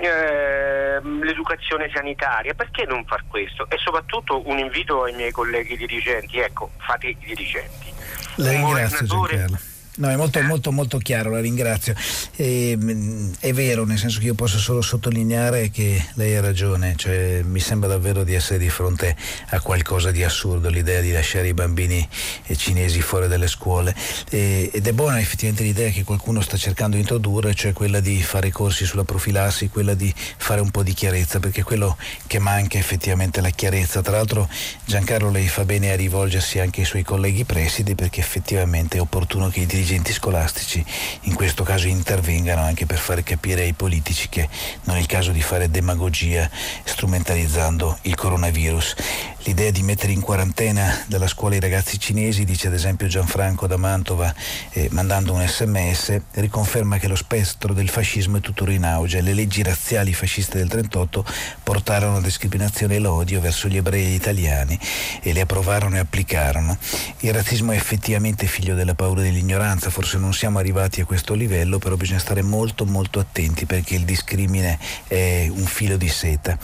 eh, l'educazione sanitaria. Perché non far questo? E soprattutto un invito ai miei colleghi dirigenti: ecco, fate i dirigenti. La ringrazio, governatore... Giancarlo. No, è molto, molto, molto chiaro, la ringrazio. E, è vero, nel senso che io posso solo sottolineare che lei ha ragione, cioè mi sembra davvero di essere di fronte a qualcosa di assurdo, l'idea di lasciare i bambini cinesi fuori dalle scuole. E, ed è buona effettivamente l'idea che qualcuno sta cercando di introdurre, cioè quella di fare corsi sulla profilassi, quella di fare un po' di chiarezza, perché quello che manca è effettivamente la chiarezza. Tra l'altro, Giancarlo, lei fa bene a rivolgersi anche ai suoi colleghi presidi, perché effettivamente è opportuno che i dirigenti scolastici in questo caso intervengano anche per fare capire ai politici che non è il caso di fare demagogia strumentalizzando il coronavirus. L'idea di mettere in quarantena dalla scuola i ragazzi cinesi, dice ad esempio Gianfranco da Mantova, eh, mandando un sms, riconferma che lo spettro del fascismo è tuttora in auge. Le leggi razziali fasciste del trentotto portarono a discriminazione e l'odio verso gli ebrei e gli italiani e le approvarono e applicarono. Il razzismo è effettivamente figlio della paura e dell'ignoranza, forse non siamo arrivati a questo livello, però bisogna stare molto molto attenti perché il discrimine è un filo di seta.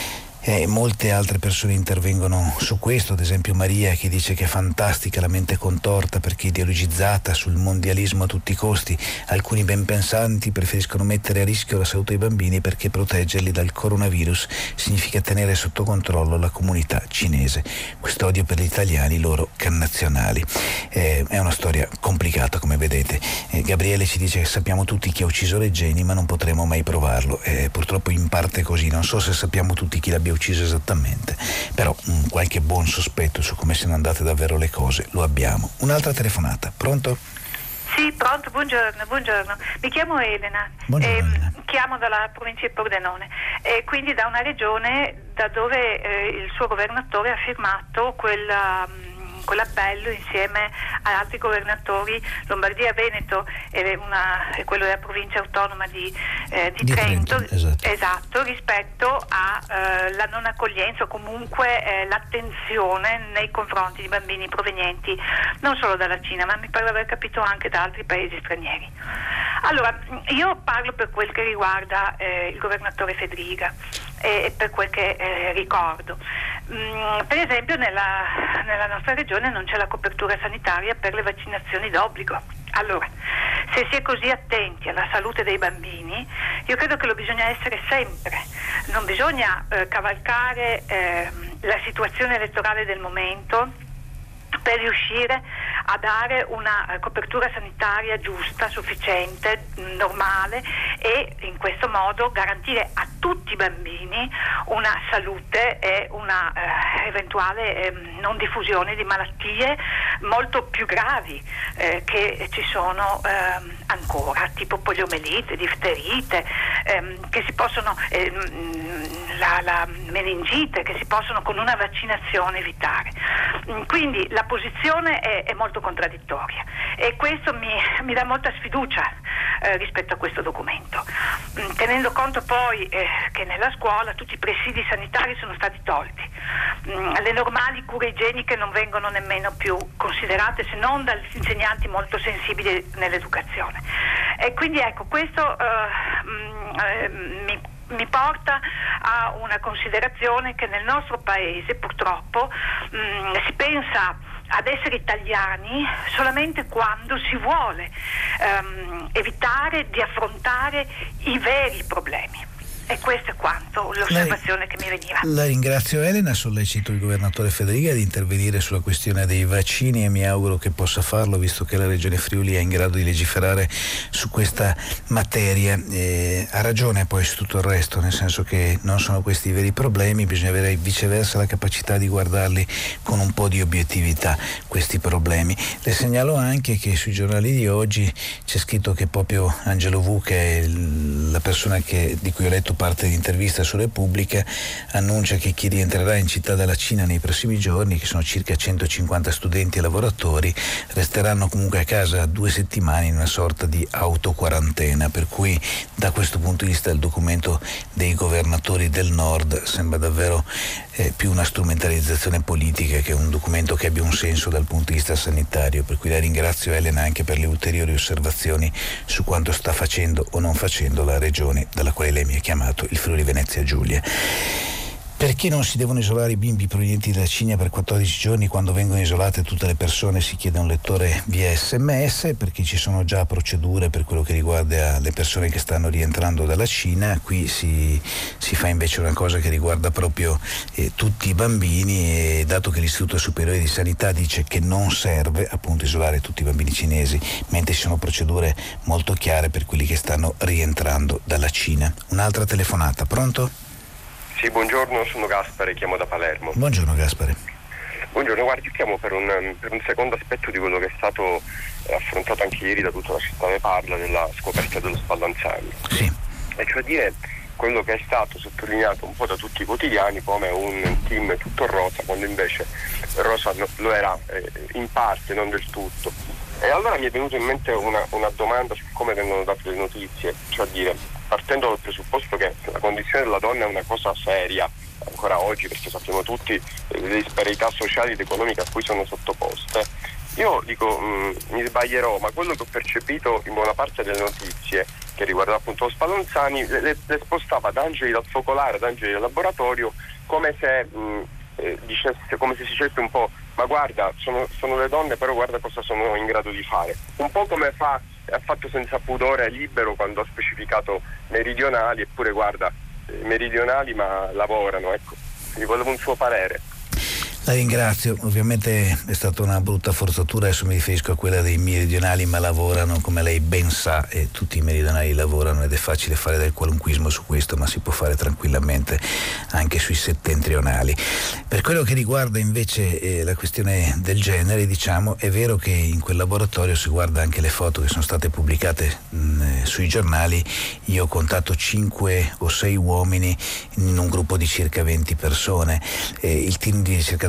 Eh, molte altre persone intervengono su questo, ad esempio Maria, che dice che è fantastica la mente contorta perché ideologizzata sul mondialismo a tutti i costi. Alcuni ben pensanti preferiscono mettere a rischio la salute dei bambini perché proteggerli dal coronavirus significa tenere sotto controllo la comunità cinese. Questo odio per gli italiani, loro connazionali. Eh, è una storia complicata, come vedete. Eh, Gabriele ci dice che sappiamo tutti chi ha ucciso Regeni, ma non potremo mai provarlo. Eh, purtroppo in parte è così, non so se sappiamo tutti chi l'abbia ucciso esattamente, però mh, qualche buon sospetto su come siano andate davvero le cose lo abbiamo. Un'altra telefonata, pronto? Sì, pronto, buongiorno, buongiorno. Mi chiamo Elena, Buongiorno, eh, Elena. chiamo dalla provincia di Pordenone, e quindi da una regione da dove eh, il suo governatore ha firmato quella... quell'appello insieme ad altri governatori, Lombardia, Veneto e, una, e quello della provincia autonoma di, eh, di, di Trento, Trento esatto. esatto, rispetto alla eh, non accoglienza o comunque eh, l'attenzione nei confronti di bambini provenienti non solo dalla Cina, ma mi pare di aver capito anche da altri paesi stranieri. Allora, io parlo per quel che riguarda eh, il governatore Fedriga e per quel che eh, ricordo. Mm, per esempio nella, nella nostra regione non c'è la copertura sanitaria per le vaccinazioni d'obbligo. Allora, se si è così attenti alla salute dei bambini, io credo che lo bisogna essere sempre. Non bisogna eh, cavalcare eh, la situazione elettorale del momento per riuscire a dare una copertura sanitaria giusta, sufficiente, normale, e in questo modo garantire a tutti i bambini una salute e una eh, eventuale eh, non diffusione di malattie molto più gravi eh, che ci sono eh, ancora, tipo poliomelite, difterite, ehm, che si possono ehm, la, la meningite, che si possono con una vaccinazione evitare. Quindi la posizione è, è molto contraddittoria e questo mi, mi dà molta sfiducia eh, rispetto a questo documento, mm, tenendo conto poi eh, che nella scuola tutti i presidi sanitari sono stati tolti, mm, le normali cure igieniche non vengono nemmeno più considerate, se non dagli insegnanti molto sensibili nell'educazione, e quindi ecco questo eh, mm, eh, mi mi porta a una considerazione che nel nostro paese purtroppo mh, si pensa ad essere italiani solamente quando si vuole ehm, evitare di affrontare i veri problemi. E questo è quanto, l'osservazione la, che mi veniva. La ringrazio Elena, sollecito il governatore Federica di intervenire sulla questione dei vaccini e mi auguro che possa farlo, visto che la Regione Friuli è in grado di legiferare su questa materia. Eh, ha ragione poi su tutto il resto, nel senso che non sono questi i veri problemi, bisogna avere viceversa la capacità di guardarli con un po' di obiettività, questi problemi. Le segnalo anche che sui giornali di oggi c'è scritto che proprio Angelo Vu, che è la persona che, di cui ho letto parte di intervista su Repubblica, annuncia che chi rientrerà in città dalla Cina nei prossimi giorni, che sono circa centocinquanta studenti e lavoratori, resteranno comunque a casa due settimane in una sorta di autoquarantena, per cui da questo punto di vista il documento dei governatori del nord sembra davvero eh, più una strumentalizzazione politica che un documento che abbia un senso dal punto di vista sanitario, per cui la ringrazio Elena anche per le ulteriori osservazioni su quanto sta facendo o non facendo la regione dalla quale lei mi ha chiamato, il Friuli Venezia Giulia. Perché non si devono isolare i bimbi provenienti dalla Cina per quattordici giorni quando vengono isolate tutte le persone? Si chiede un lettore via sms, perché ci sono già procedure per quello che riguarda le persone che stanno rientrando dalla Cina. Qui si, si fa invece una cosa che riguarda proprio eh, tutti i bambini, e dato che l'Istituto Superiore di Sanità dice che non serve appunto isolare tutti i bambini cinesi, mentre ci sono procedure molto chiare per quelli che stanno rientrando dalla Cina. Un'altra telefonata, pronto? Sì, buongiorno, sono Gaspare, chiamo da Palermo. Buongiorno Gaspare. Buongiorno, guardi, io chiamo per un, per un secondo aspetto di quello che è stato eh, affrontato anche ieri da tutta la città ne parla, della scoperta dello Spallanzani. Sì. E cioè dire quello che è stato sottolineato un po' da tutti i quotidiani come un team tutto rosa, quando invece rosa no, lo era eh, in parte, non del tutto. E allora mi è venuta in mente una, una domanda su come vengono date le notizie, cioè dire, partendo dal presupposto che la condizione della donna è una cosa seria ancora oggi, perché sappiamo tutti le disparità sociali ed economiche a cui sono sottoposte. Io dico, mh, mi sbaglierò, ma quello che ho percepito in buona parte delle notizie che riguardava appunto lo Spallanzani le, le, le spostava da angeli dal focolare ad angeli del laboratorio, come se mh, eh, dicesse, come se si dicesse un po', ma guarda, sono, sono le donne, però guarda cosa sono in grado di fare. Un po' come fa, ha fatto senza pudore Libero quando ha specificato meridionali, eppure guarda, eh, meridionali ma lavorano, ecco. Quindi volevo un suo parere. La ringrazio, ovviamente è stata una brutta forzatura, adesso mi riferisco a quella dei meridionali ma lavorano, come lei ben sa, e tutti i meridionali lavorano ed è facile fare del qualunquismo su questo, ma si può fare tranquillamente anche sui settentrionali. Per quello che riguarda invece eh, la questione del genere, diciamo, è vero che in quel laboratorio, si guarda anche le foto che sono state pubblicate mh, sui giornali, io ho contato cinque o sei uomini in un gruppo di circa venti persone, eh, il team di ricercatori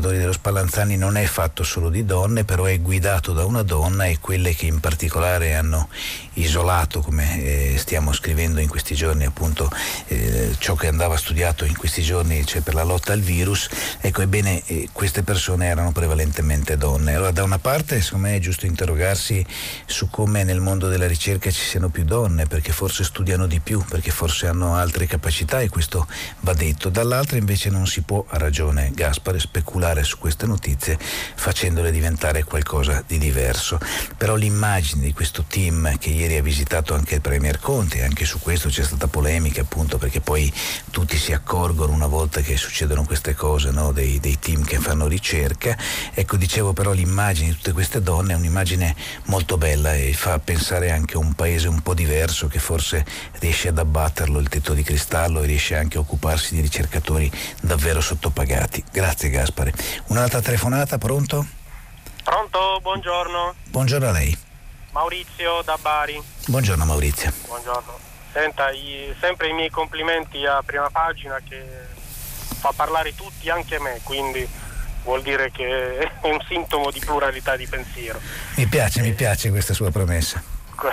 Pescatori dello Spallanzani non è fatto solo di donne, però è guidato da una donna, e quelle che in particolare hanno isolato, come eh, stiamo scrivendo in questi giorni, appunto eh, ciò che andava studiato in questi giorni, cioè per la lotta al virus. Ecco, ebbene, eh, queste persone erano prevalentemente donne. Allora, da una parte secondo me è giusto interrogarsi su come nel mondo della ricerca ci siano più donne, perché forse studiano di più, perché forse hanno altre capacità, e questo va detto. Dall'altra invece non si può, ha ragione Gaspare, speculare su queste notizie facendole diventare qualcosa di diverso. Però l'immagine di questo team che ieri ha visitato anche il Premier Conte, anche su questo c'è stata polemica, appunto perché poi tutti si accorgono una volta che succedono queste cose, no? dei, dei team che fanno ricerca. Ecco, dicevo, però l'immagine di tutte queste donne è un'immagine molto bella e fa pensare anche a un paese un po' diverso, che forse riesce ad abbatterlo il tetto di cristallo e riesce anche a occuparsi di ricercatori davvero sottopagati. Grazie Gaspare. Un'altra telefonata, pronto? Pronto, buongiorno. Buongiorno a lei. Maurizio da Bari. Buongiorno Maurizio. Buongiorno. Senta, i, sempre i miei complimenti a Prima Pagina, che fa parlare tutti, anche me, quindi vuol dire che è un sintomo di pluralità di pensiero. Mi piace, eh, mi piace questa sua promessa.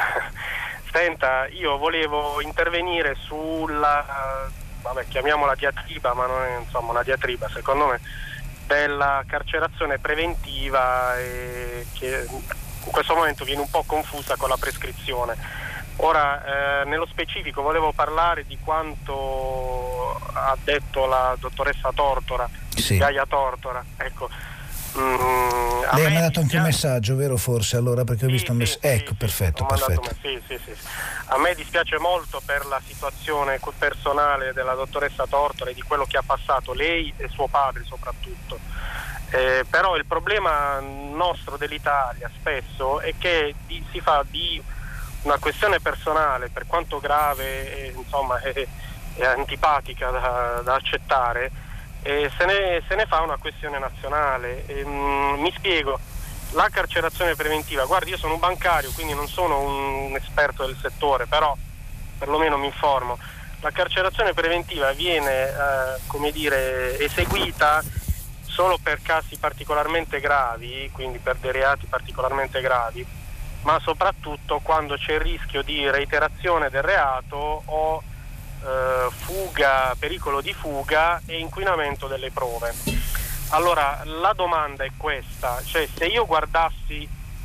Senta, io volevo intervenire sulla, vabbè, chiamiamola diatriba, ma non è insomma una diatriba, secondo me, della carcerazione preventiva, e che in questo momento viene un po' confusa con la prescrizione. Ora, eh, nello specifico volevo parlare di quanto ha detto la dottoressa Tortora, sì. Gaia Tortora, ecco. Mm, Lei ha mandato anche un messaggio, vero forse, allora, perché ho sì, visto un messaggio. Sì, ecco, sì, perfetto, ho perfetto. Me- sì, sì, sì. A me dispiace molto per la situazione personale della dottoressa Tortora e di quello che ha passato lei e suo padre soprattutto. Eh, però il problema nostro dell'Italia spesso è che di, si fa di una questione personale, per quanto grave e, insomma, è, è antipatica da, da accettare, e se ne, se ne fa una questione nazionale. E, mh, mi spiego, la carcerazione preventiva, guardi, io sono un bancario, quindi non sono un esperto del settore, però perlomeno mi informo. La carcerazione preventiva viene eh, come dire, eseguita solo per casi particolarmente gravi, quindi per dei reati particolarmente gravi, ma soprattutto quando c'è il rischio di reiterazione del reato o eh, fuga, pericolo di fuga e inquinamento delle prove. Allora, la domanda è questa, cioè se io guardassi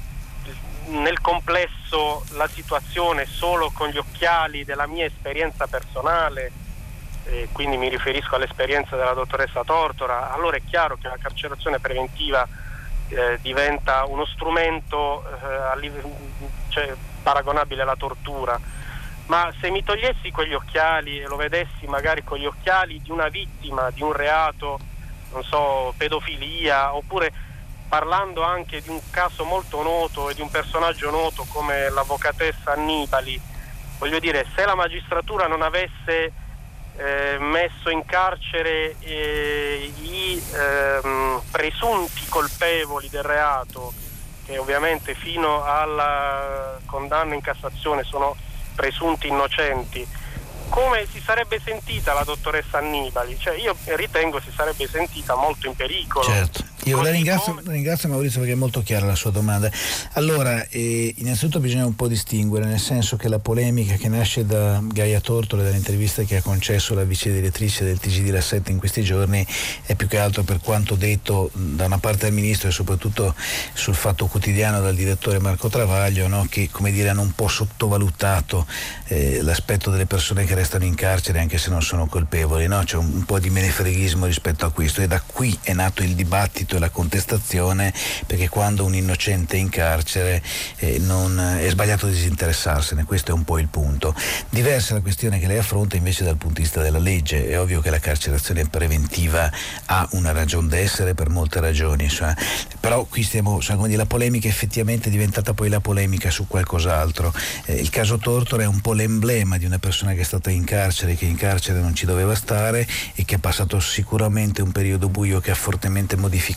nel complesso la situazione solo con gli occhiali della mia esperienza personale, e quindi mi riferisco all'esperienza della dottoressa Tortora, allora è chiaro che la carcerazione preventiva eh, diventa uno strumento eh, cioè, paragonabile alla tortura. Ma se mi togliessi quegli occhiali e lo vedessi magari con gli occhiali di una vittima di un reato, non so, pedofilia, oppure parlando anche di un caso molto noto e di un personaggio noto come l'avvocatessa Annibali, voglio dire, se la magistratura non avesse Eh, messo in carcere eh, i ehm, presunti colpevoli del reato, che ovviamente fino alla condanna in Cassazione sono presunti innocenti, come si sarebbe sentita la dottoressa Annibali? Cioè, io ritengo si sarebbe sentita molto in pericolo. Certo. Io la ringrazio, la ringrazio Maurizio, perché è molto chiara la sua domanda. Allora, eh, innanzitutto bisogna un po' distinguere, nel senso che la polemica che nasce da Gaia Tortora, dall'intervista che ha concesso la vice direttrice del T G di La Sette in questi giorni, è più che altro per quanto detto da una parte dal ministro e soprattutto sul Fatto Quotidiano dal direttore Marco Travaglio, no? Che, come dire, hanno un po' sottovalutato eh, l'aspetto delle persone che restano in carcere anche se non sono colpevoli, no? C'è un, un po' di menefreghismo rispetto a questo, e da qui è nato il dibattito e la contestazione, perché quando un innocente è in carcere eh, non, è sbagliato disinteressarsene. Questo è un po' il punto. Diversa la questione che lei affronta invece dal punto di vista della legge. È ovvio che la carcerazione preventiva ha una ragion d'essere per molte ragioni, insomma. Però qui stiamo, insomma, come dire, la polemica effettivamente è diventata poi la polemica su qualcos'altro. Eh, il caso Tortora è un po' l'emblema di una persona che è stata in carcere, che in carcere non ci doveva stare e che ha passato sicuramente un periodo buio che ha fortemente modificato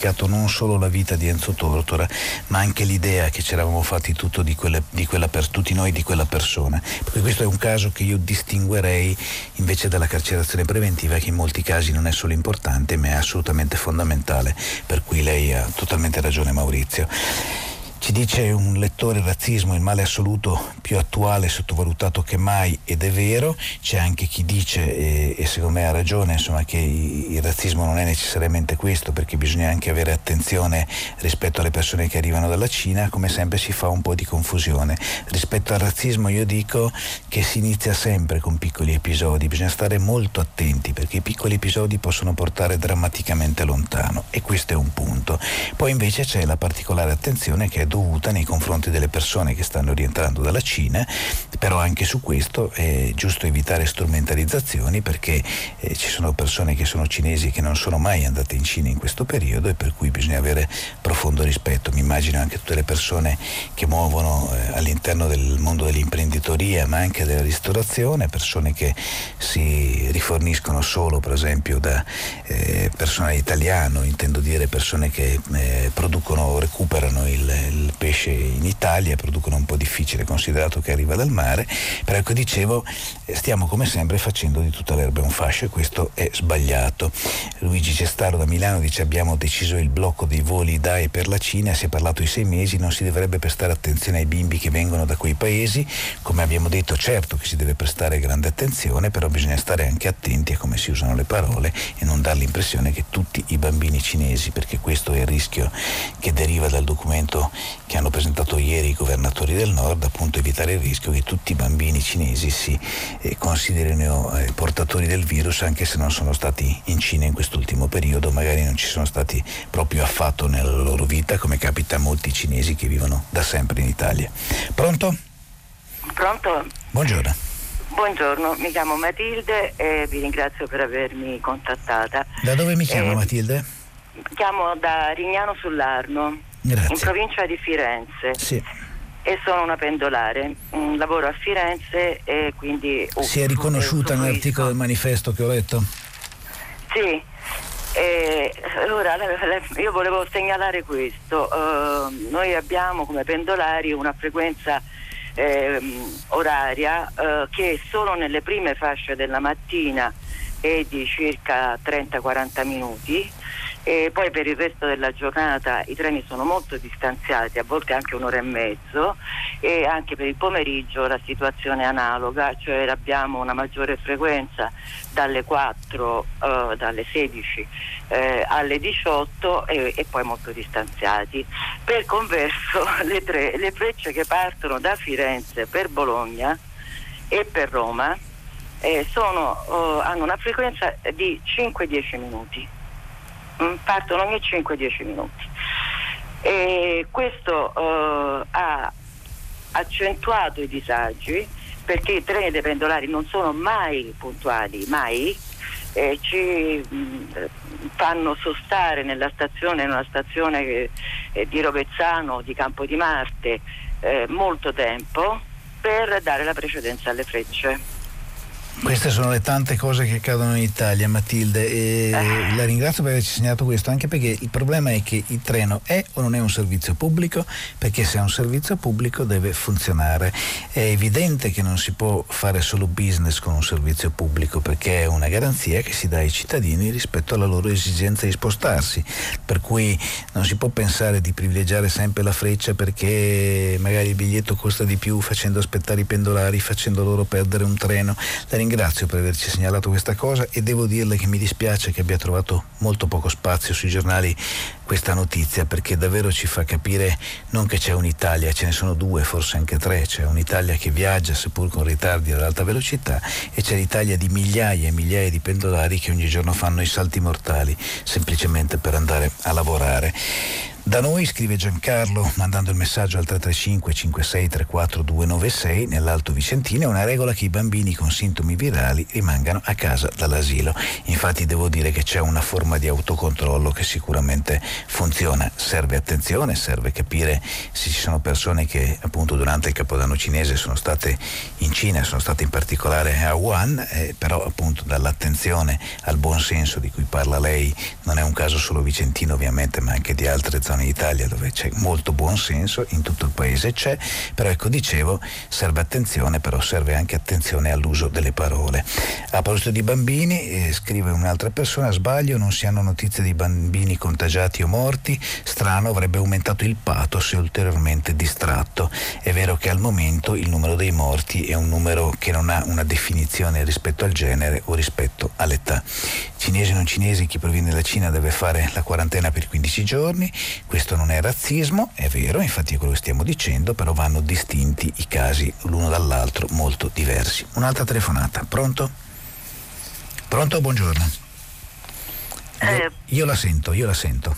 modificato non solo la vita di Enzo Tortora, ma anche l'idea che ci eravamo fatti tutto di quelle, di quella per, tutti noi di quella persona. Perché questo è un caso che io distinguerei invece dalla carcerazione preventiva, che in molti casi non è solo importante ma è assolutamente fondamentale, per cui lei ha totalmente ragione, Maurizio. Ci dice un lettore: il razzismo è il male assoluto più attuale, sottovalutato che mai, ed è vero. C'è anche chi dice, e, e secondo me ha ragione, insomma, che il razzismo non è necessariamente questo, perché bisogna anche avere attenzione rispetto alle persone che arrivano dalla Cina. Come sempre si fa un po' di confusione. Rispetto al razzismo io dico che si inizia sempre con piccoli episodi, bisogna stare molto attenti perché i piccoli episodi possono portare drammaticamente lontano, e questo è un punto. Poi invece c'è la particolare attenzione che è dovuta nei confronti delle persone che stanno rientrando dalla Cina, però anche su questo è giusto evitare strumentalizzazioni, perché eh, ci sono persone che sono cinesi che non sono mai andate in Cina in questo periodo, e per cui bisogna avere profondo rispetto. Mi immagino anche tutte le persone che muovono eh, all'interno del mondo dell'imprenditoria ma anche della ristorazione, persone che si riforniscono solo per esempio da eh, personale italiano, intendo dire persone che eh, producono, recuperano il il pesce in Italia, producono un po' difficile considerato che arriva dal mare. Però ecco, dicevo, stiamo come sempre facendo di tutta l'erba un fascio, e questo è sbagliato. Luigi Cestaro da Milano dice: abbiamo deciso il blocco dei voli da e per la Cina, si è parlato di sei mesi, non si dovrebbe prestare attenzione ai bimbi che vengono da quei paesi. Come abbiamo detto, certo che si deve prestare grande attenzione, però bisogna stare anche attenti a come si usano le parole e non dare l'impressione che tutti i bambini cinesi, perché questo è il rischio che deriva dal documento che hanno presentato ieri i governatori del nord, appunto evitare il rischio che tutti i bambini cinesi si eh, considerino eh, portatori del virus, anche se non sono stati in Cina in quest'ultimo periodo, magari non ci sono stati proprio affatto nella loro vita, come capita a molti cinesi che vivono da sempre in Italia. Pronto? Pronto? Buongiorno. Buongiorno, mi chiamo Matilde e vi ringrazio per avermi contattata. Da dove mi chiama, eh, Matilde? Chiamo da Rignano sull'Arno. Grazie. In provincia di Firenze. Sì. E sono una pendolare, mm, lavoro a Firenze e quindi... Uh, si è riconosciuta uh, nell'articolo del manifesto che ho letto? Sì. E, allora io volevo segnalare questo. Uh, noi abbiamo come pendolari una frequenza eh, oraria uh, che solo nelle prime fasce della mattina è di circa trenta quaranta minuti. E poi per il resto della giornata i treni sono molto distanziati, a volte anche un'ora e mezzo, e anche per il pomeriggio la situazione è analoga, cioè abbiamo una maggiore frequenza dalle quattro, uh, dalle sedici eh, alle diciotto e, e poi molto distanziati. Per converso le, tre, le frecce che partono da Firenze per Bologna e per Roma eh, sono, uh, hanno una frequenza di cinque dieci minuti. Partono ogni cinque dieci minuti, e questo uh, ha accentuato i disagi, perché i treni dei pendolari non sono mai puntuali, mai, eh, ci mh, fanno sostare nella stazione, in una stazione che, eh, di Rovezzano, di Campo di Marte, eh, molto tempo per dare la precedenza alle frecce. Queste sono le tante cose che accadono in Italia, Matilde, e eh. la ringrazio per averci segnato questo, anche perché il problema è che il treno è o non è un servizio pubblico, perché se è un servizio pubblico deve funzionare. È evidente che non si può fare solo business con un servizio pubblico, perché è una garanzia che si dà ai cittadini rispetto alla loro esigenza di spostarsi, per cui non si può pensare di privilegiare sempre la freccia perché magari il biglietto costa di più, facendo aspettare i pendolari, facendo loro perdere un treno. La ringrazio per averci segnalato questa cosa, e devo dirle che mi dispiace che abbia trovato molto poco spazio sui giornali questa notizia, perché davvero ci fa capire non che c'è un'Italia, ce ne sono due, forse anche tre. C'è un'Italia che viaggia seppur con ritardi ad alta velocità, e c'è l'Italia di migliaia e migliaia di pendolari che ogni giorno fanno i salti mortali semplicemente per andare a lavorare. Da noi, scrive Giancarlo mandando il messaggio al tre tre cinque cinque sei tre quattro due nove sei, nell'Alto Vicentino è una regola che i bambini con sintomi virali rimangano a casa dall'asilo. Infatti devo dire che c'è una forma di autocontrollo che sicuramente funziona. Serve attenzione, serve capire se ci sono persone che appunto durante il Capodanno cinese sono state in Cina, sono state in particolare a Wuhan, eh, però appunto dall'attenzione al buon senso di cui parla lei non è un caso solo vicentino ovviamente, ma anche di altre zone d'Italia dove c'è molto buon senso, in tutto il paese c'è, però ecco dicevo serve attenzione, però serve anche attenzione all'uso delle parole. A proposito di bambini, eh, scrive un'altra persona, sbaglio, non si hanno notizie di bambini contagiati o morti, strano, avrebbe aumentato il pathos e ulteriormente distratto. È vero che al momento il numero dei morti è un numero che non ha una definizione rispetto al genere o rispetto all'età. Cinesi o non cinesi, chi proviene dalla Cina deve fare la quarantena per quindici giorni, questo non è razzismo, è vero, infatti è quello che stiamo dicendo, però vanno distinti i casi l'uno dall'altro molto diversi. Un'altra telefonata, pronto? Pronto, buongiorno. Io, Eh, io la sento, io la sento.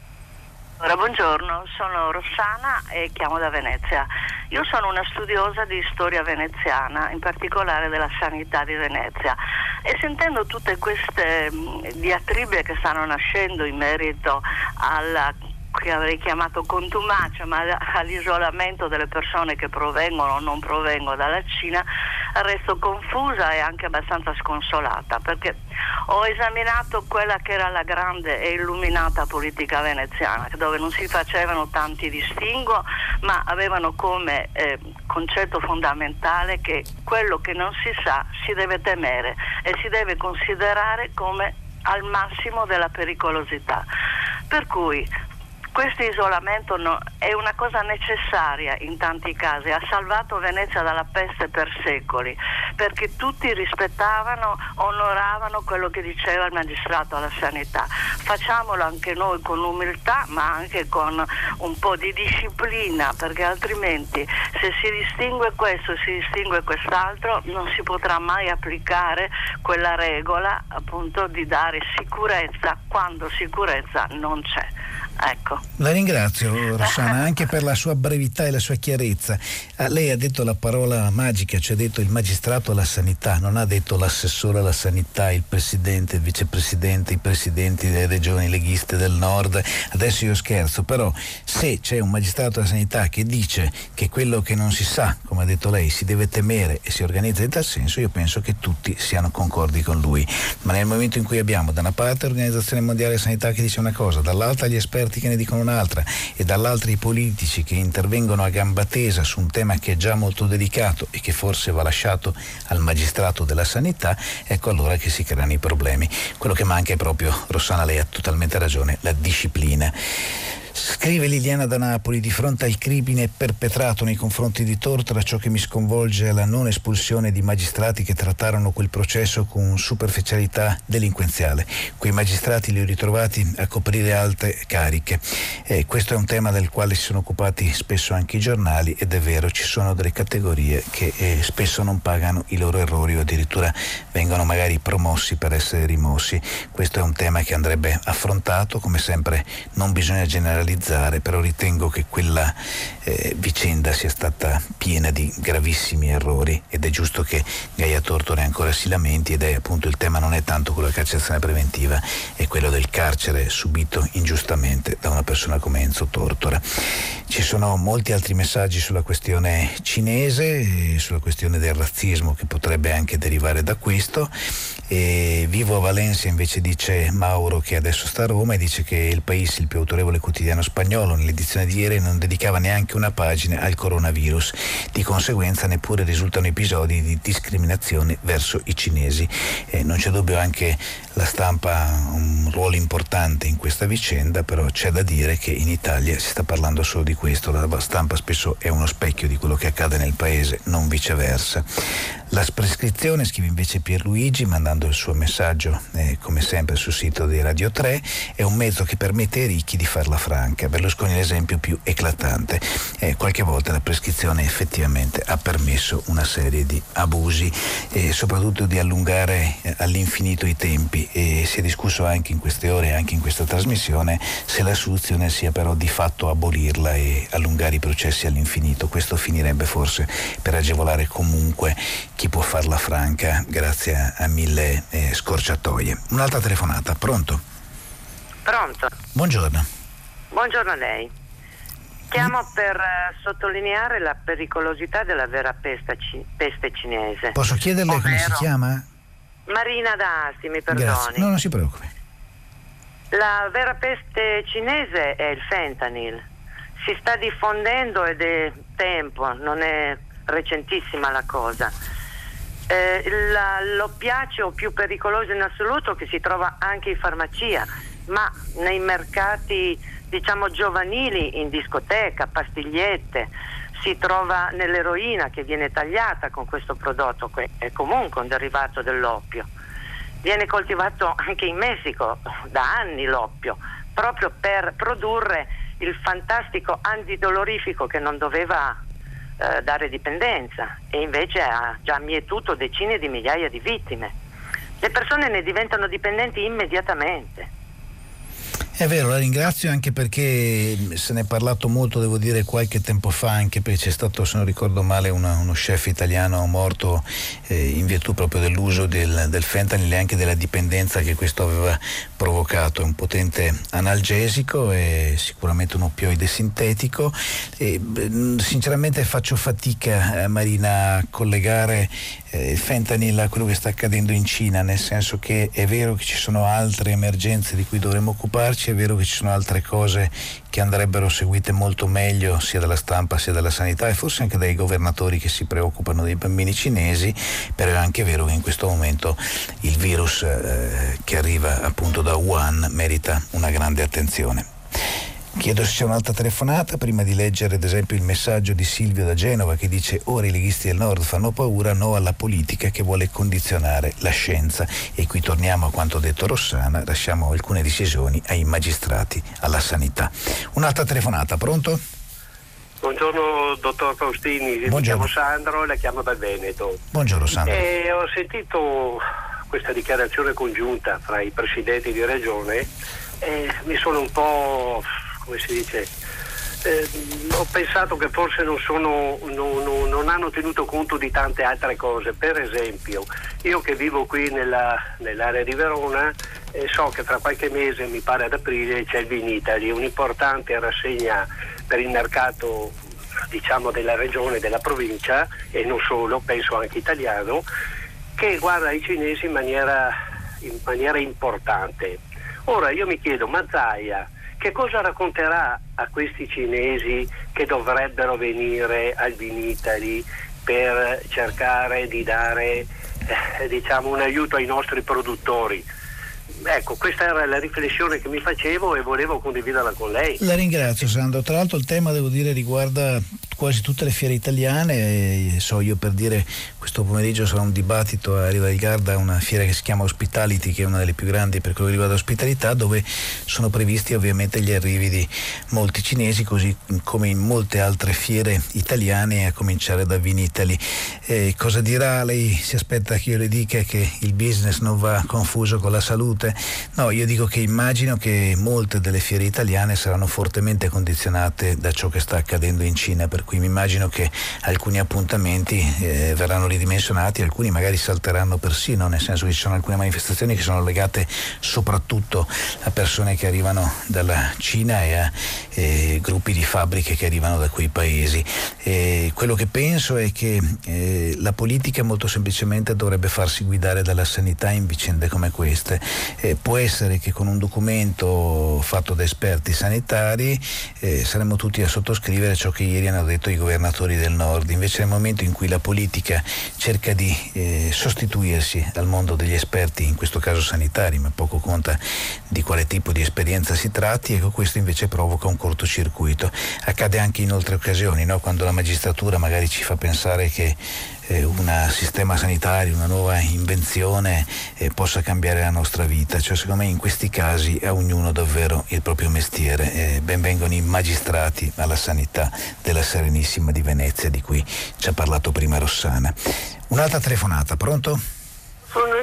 allora, buongiorno, sono Rossana e chiamo da Venezia. Io sono una studiosa di storia veneziana, in particolare della sanità di Venezia, e sentendo tutte queste mh, diatribe che stanno nascendo in merito alla, che avrei chiamato contumacia, ma all'isolamento delle persone che provengono o non provengono dalla Cina, resto confusa e anche abbastanza sconsolata, perché ho esaminato quella che era la grande e illuminata politica veneziana, dove non si facevano tanti distinguo, ma avevano come eh, concetto fondamentale che quello che non si sa si deve temere e si deve considerare come al massimo della pericolosità. Per cui questo isolamento no, è una cosa necessaria in tanti casi, ha salvato Venezia dalla peste per secoli, perché tutti rispettavano, onoravano quello che diceva il magistrato alla sanità. Facciamolo anche noi con umiltà, ma anche con un po' di disciplina, perché altrimenti se si distingue questo e si distingue quest'altro non si potrà mai applicare quella regola appunto di dare sicurezza quando sicurezza non c'è. Ecco. La ringrazio Rossana anche per la sua brevità e la sua chiarezza. Ah, lei ha detto la parola magica, cioè ha detto il magistrato alla sanità, non ha detto l'assessore alla sanità, il presidente, il vicepresidente, i presidenti delle regioni leghiste del nord. Adesso io scherzo, però se c'è un magistrato alla sanità che dice che quello che non si sa, come ha detto lei, si deve temere e si organizza in tal senso, io penso che tutti siano concordi con lui. Ma nel momento in cui abbiamo da una parte l'Organizzazione Mondiale della Sanità che dice una cosa, dall'altra gli esperti che ne dicono un'altra e dall'altra i politici che intervengono a gamba tesa su un tema che è già molto delicato e che forse va lasciato al magistrato della sanità, ecco allora che si creano i problemi. Quello che manca è proprio, Rossana, lei ha totalmente ragione, la disciplina. Scrive Liliana da Napoli, di fronte al crimine perpetrato nei confronti di Tortora, ciò che mi sconvolge è la non espulsione di magistrati che trattarono quel processo con superficialità delinquenziale. Quei magistrati li ho ritrovati a coprire alte cariche. Eh, questo è un tema del quale si sono occupati spesso anche i giornali ed è vero, ci sono delle categorie che eh, spesso non pagano i loro errori o addirittura vengono magari promossi per essere rimossi. Questo è un tema che andrebbe affrontato, come sempre non bisogna generalizzare, però ritengo che quella eh, vicenda sia stata piena di gravissimi errori ed è giusto che Gaia Tortora ancora si lamenti, ed è appunto il tema non è tanto quello della carcerazione preventiva, è quello del carcere subito ingiustamente da una persona come Enzo Tortora. Ci sono molti altri messaggi sulla questione cinese, sulla questione del razzismo che potrebbe anche derivare da questo. E vivo a Valencia, invece, dice Mauro, che adesso sta a Roma, e dice che Il País, il più autorevole quotidiano spagnolo, nell'edizione di ieri non dedicava neanche una pagina al coronavirus, di conseguenza neppure risultano episodi di discriminazione verso i cinesi. Eh, non c'è dubbio, anche la stampa ha un ruolo importante in questa vicenda, però c'è da dire che in Italia si sta parlando solo di questo, la stampa spesso è uno specchio di quello che accade nel paese, non viceversa. La prescrizione, scrive invece Pierluigi mandando il suo messaggio eh, come sempre sul sito di Radio tre, è un mezzo che permette ai ricchi di farla franca. Berlusconi è l'esempio più eclatante. Eh, qualche volta la prescrizione effettivamente ha permesso una serie di abusi e soprattutto di allungare eh, all'infinito i tempi. e si è discusso anche in queste ore, anche in questa trasmissione, se la soluzione sia però di fatto abolirla e allungare i processi all'infinito. Questo finirebbe forse per agevolare comunque chi può farla franca grazie a, a mille eh, scorciatoie. Un'altra telefonata, pronto? Pronto. Buongiorno. Buongiorno a lei. Chiamo per uh, sottolineare la pericolosità della vera peste, ci- peste cinese. Posso chiederle Ovvero, come si chiama? Marina D'Asti, mi perdoni. Grazie. No, non si preoccupi. La vera peste cinese è il fentanyl. Si sta diffondendo ed è tempo, non è recentissima la cosa. Eh, la, l'oppiaceo più pericoloso in assoluto, che si trova anche in farmacia, ma nei mercati diciamo giovanili, in discoteca, pastigliette, si trova nell'eroina che viene tagliata con questo prodotto, che è comunque un derivato dell'oppio. Viene coltivato anche in Messico da anni l'oppio, proprio per produrre il fantastico antidolorifico che non doveva eh, dare dipendenza, e invece ha già mietuto decine di migliaia di vittime. Le persone ne diventano dipendenti immediatamente. È vero, la ringrazio anche perché se ne è parlato molto, devo dire, qualche tempo fa, anche perché c'è stato, se non ricordo male, una, uno chef italiano morto eh, in virtù proprio dell'uso del, del fentanyl e anche della dipendenza che questo aveva provocato. È un potente analgesico e sicuramente un oppioide sintetico e sinceramente faccio fatica, eh, Marina, a collegare eh, il fentanyl a quello che sta accadendo in Cina, nel senso che è vero che ci sono altre emergenze di cui dovremmo occuparci, è vero che ci sono altre cose che andrebbero seguite molto meglio sia dalla stampa sia dalla sanità e forse anche dai governatori che si preoccupano dei bambini cinesi, però è anche vero che in questo momento il virus eh, che arriva appunto da Wuhan merita una grande attenzione. Chiedo se c'è un'altra telefonata prima di leggere ad esempio il messaggio di Silvio da Genova che dice: ora i leghisti del nord fanno paura, no alla politica che vuole condizionare la scienza. E qui torniamo a quanto detto Rossana, lasciamo alcune decisioni ai magistrati, alla sanità. Un'altra telefonata, pronto? Buongiorno dottor Faustini, mi chiamo Sandro e la chiamo dal Veneto. Buongiorno Sandro. E ho sentito questa dichiarazione congiunta fra i presidenti di regione e mi sono un po', come si dice, eh, ho pensato che forse non sono non, non, non hanno tenuto conto di tante altre cose. Per esempio, io che vivo qui nella, nell'area di Verona eh, so che tra qualche mese, mi pare ad aprile, c'è il Vinitaly, un'importante rassegna per il mercato diciamo della regione, della provincia e non solo, penso anche italiano, che guarda i cinesi in maniera, in maniera importante. Ora io mi chiedo, Mazzaia che cosa racconterà a questi cinesi che dovrebbero venire al Vinitaly per cercare di dare eh, diciamo un aiuto ai nostri produttori? Ecco, questa era la riflessione che mi facevo e volevo condividerla con lei. La ringrazio Sandro, tra l'altro il tema devo dire riguarda quasi tutte le fiere italiane e so io per dire questo pomeriggio sarà un dibattito a Riva del Garda, una fiera che si chiama Hospitality, che è una delle più grandi per quello che riguarda ospitalità, dove sono previsti ovviamente gli arrivi di molti cinesi, così come in molte altre fiere italiane, a cominciare da Vinitaly. Eh, cosa dirà? Lei si aspetta che io le dica che il business non va confuso con la salute? No, io dico che immagino che molte delle fiere italiane saranno fortemente condizionate da ciò che sta accadendo in Cina, per cui mi immagino che alcuni appuntamenti eh, verranno ridimensionati, alcuni magari salteranno persino, nel senso che ci sono alcune manifestazioni che sono legate soprattutto a persone che arrivano dalla Cina e a eh, gruppi di fabbriche che arrivano da quei paesi. E quello che penso è che eh, la politica molto semplicemente dovrebbe farsi guidare dalla sanità in vicende come queste. Eh, può essere che con un documento fatto da esperti sanitari eh, saremmo tutti a sottoscrivere ciò che ieri hanno detto i governatori del nord, invece nel momento in cui la politica cerca di eh, sostituirsi al mondo degli esperti, in questo caso sanitari, ma poco conta di quale tipo di esperienza si tratti, ecco, questo invece provoca un cortocircuito. Accade anche in altre occasioni, no? Quando la magistratura magari ci fa pensare che eh, un sistema sanitario, una nuova invenzione eh, possa cambiare la nostra vita, cioè secondo me in questi casi a ognuno davvero il proprio mestiere. Eh, ben vengono i magistrati alla sanità della Serenissima di Venezia, di cui ci ha parlato prima Rossana. Un'altra telefonata, pronto? Sono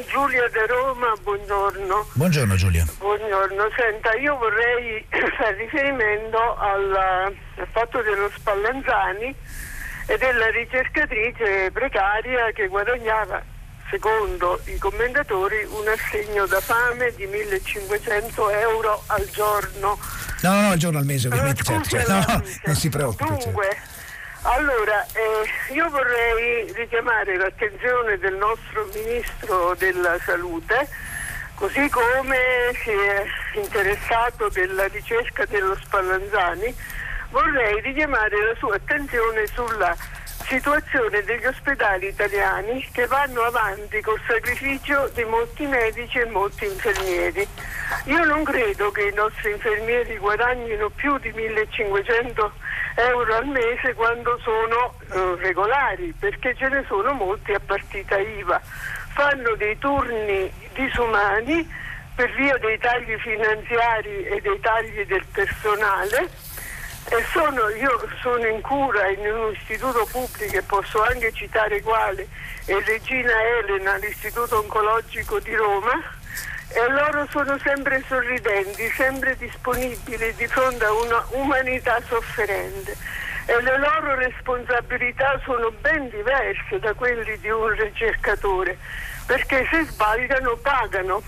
Giulia da Roma, buongiorno. Buongiorno Giulia. Buongiorno, senta, io vorrei fare riferimento al, al fatto dello Spallanzani e della ricercatrice precaria che guadagnava, secondo i commentatori, un assegno da fame di millecinquecento euro al giorno. No, no, no, al giorno, al mese, ovviamente. Allora, scusi, certo, certo. No, no, non si preoccupi. Dunque, certo. Allora, eh, io vorrei richiamare l'attenzione del nostro Ministro della Salute, così come si è interessato della ricerca dello Spallanzani, vorrei richiamare la sua attenzione sulla situazione degli ospedali italiani che vanno avanti col sacrificio di molti medici e molti infermieri. Io non credo che i nostri infermieri guadagnino più di millecinquecento euro al mese quando sono eh, regolari, perché ce ne sono molti a partita I V A. Fanno dei turni disumani per via dei tagli finanziari e dei tagli del personale. E sono, io sono in cura in un istituto pubblico e posso anche citare quale, è Regina Elena, l'Istituto Oncologico di Roma, e loro sono sempre sorridenti, sempre disponibili di fronte a una umanità sofferente, e le loro responsabilità sono ben diverse da quelle di un ricercatore, perché se sbagliano pagano.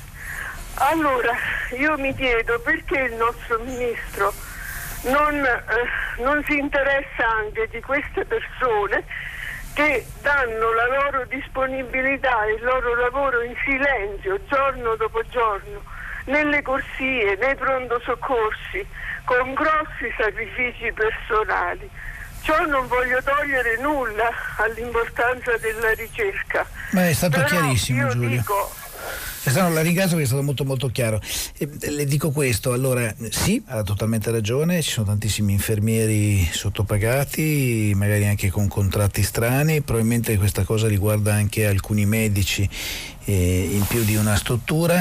Allora io mi chiedo perché il nostro ministro Non, eh, non si interessa anche di queste persone che danno la loro disponibilità e il loro lavoro in silenzio giorno dopo giorno nelle corsie, nei pronto soccorsi, con grossi sacrifici personali. Ciò non voglio togliere nulla all'importanza della ricerca. Ma è stato Però chiarissimo, io Giulia. Dico, La ringrazio perché è stato molto molto chiaro. E le dico questo, allora sì, ha totalmente ragione, ci sono tantissimi infermieri sottopagati, magari anche con contratti strani, probabilmente questa cosa riguarda anche alcuni medici eh, in più di una struttura.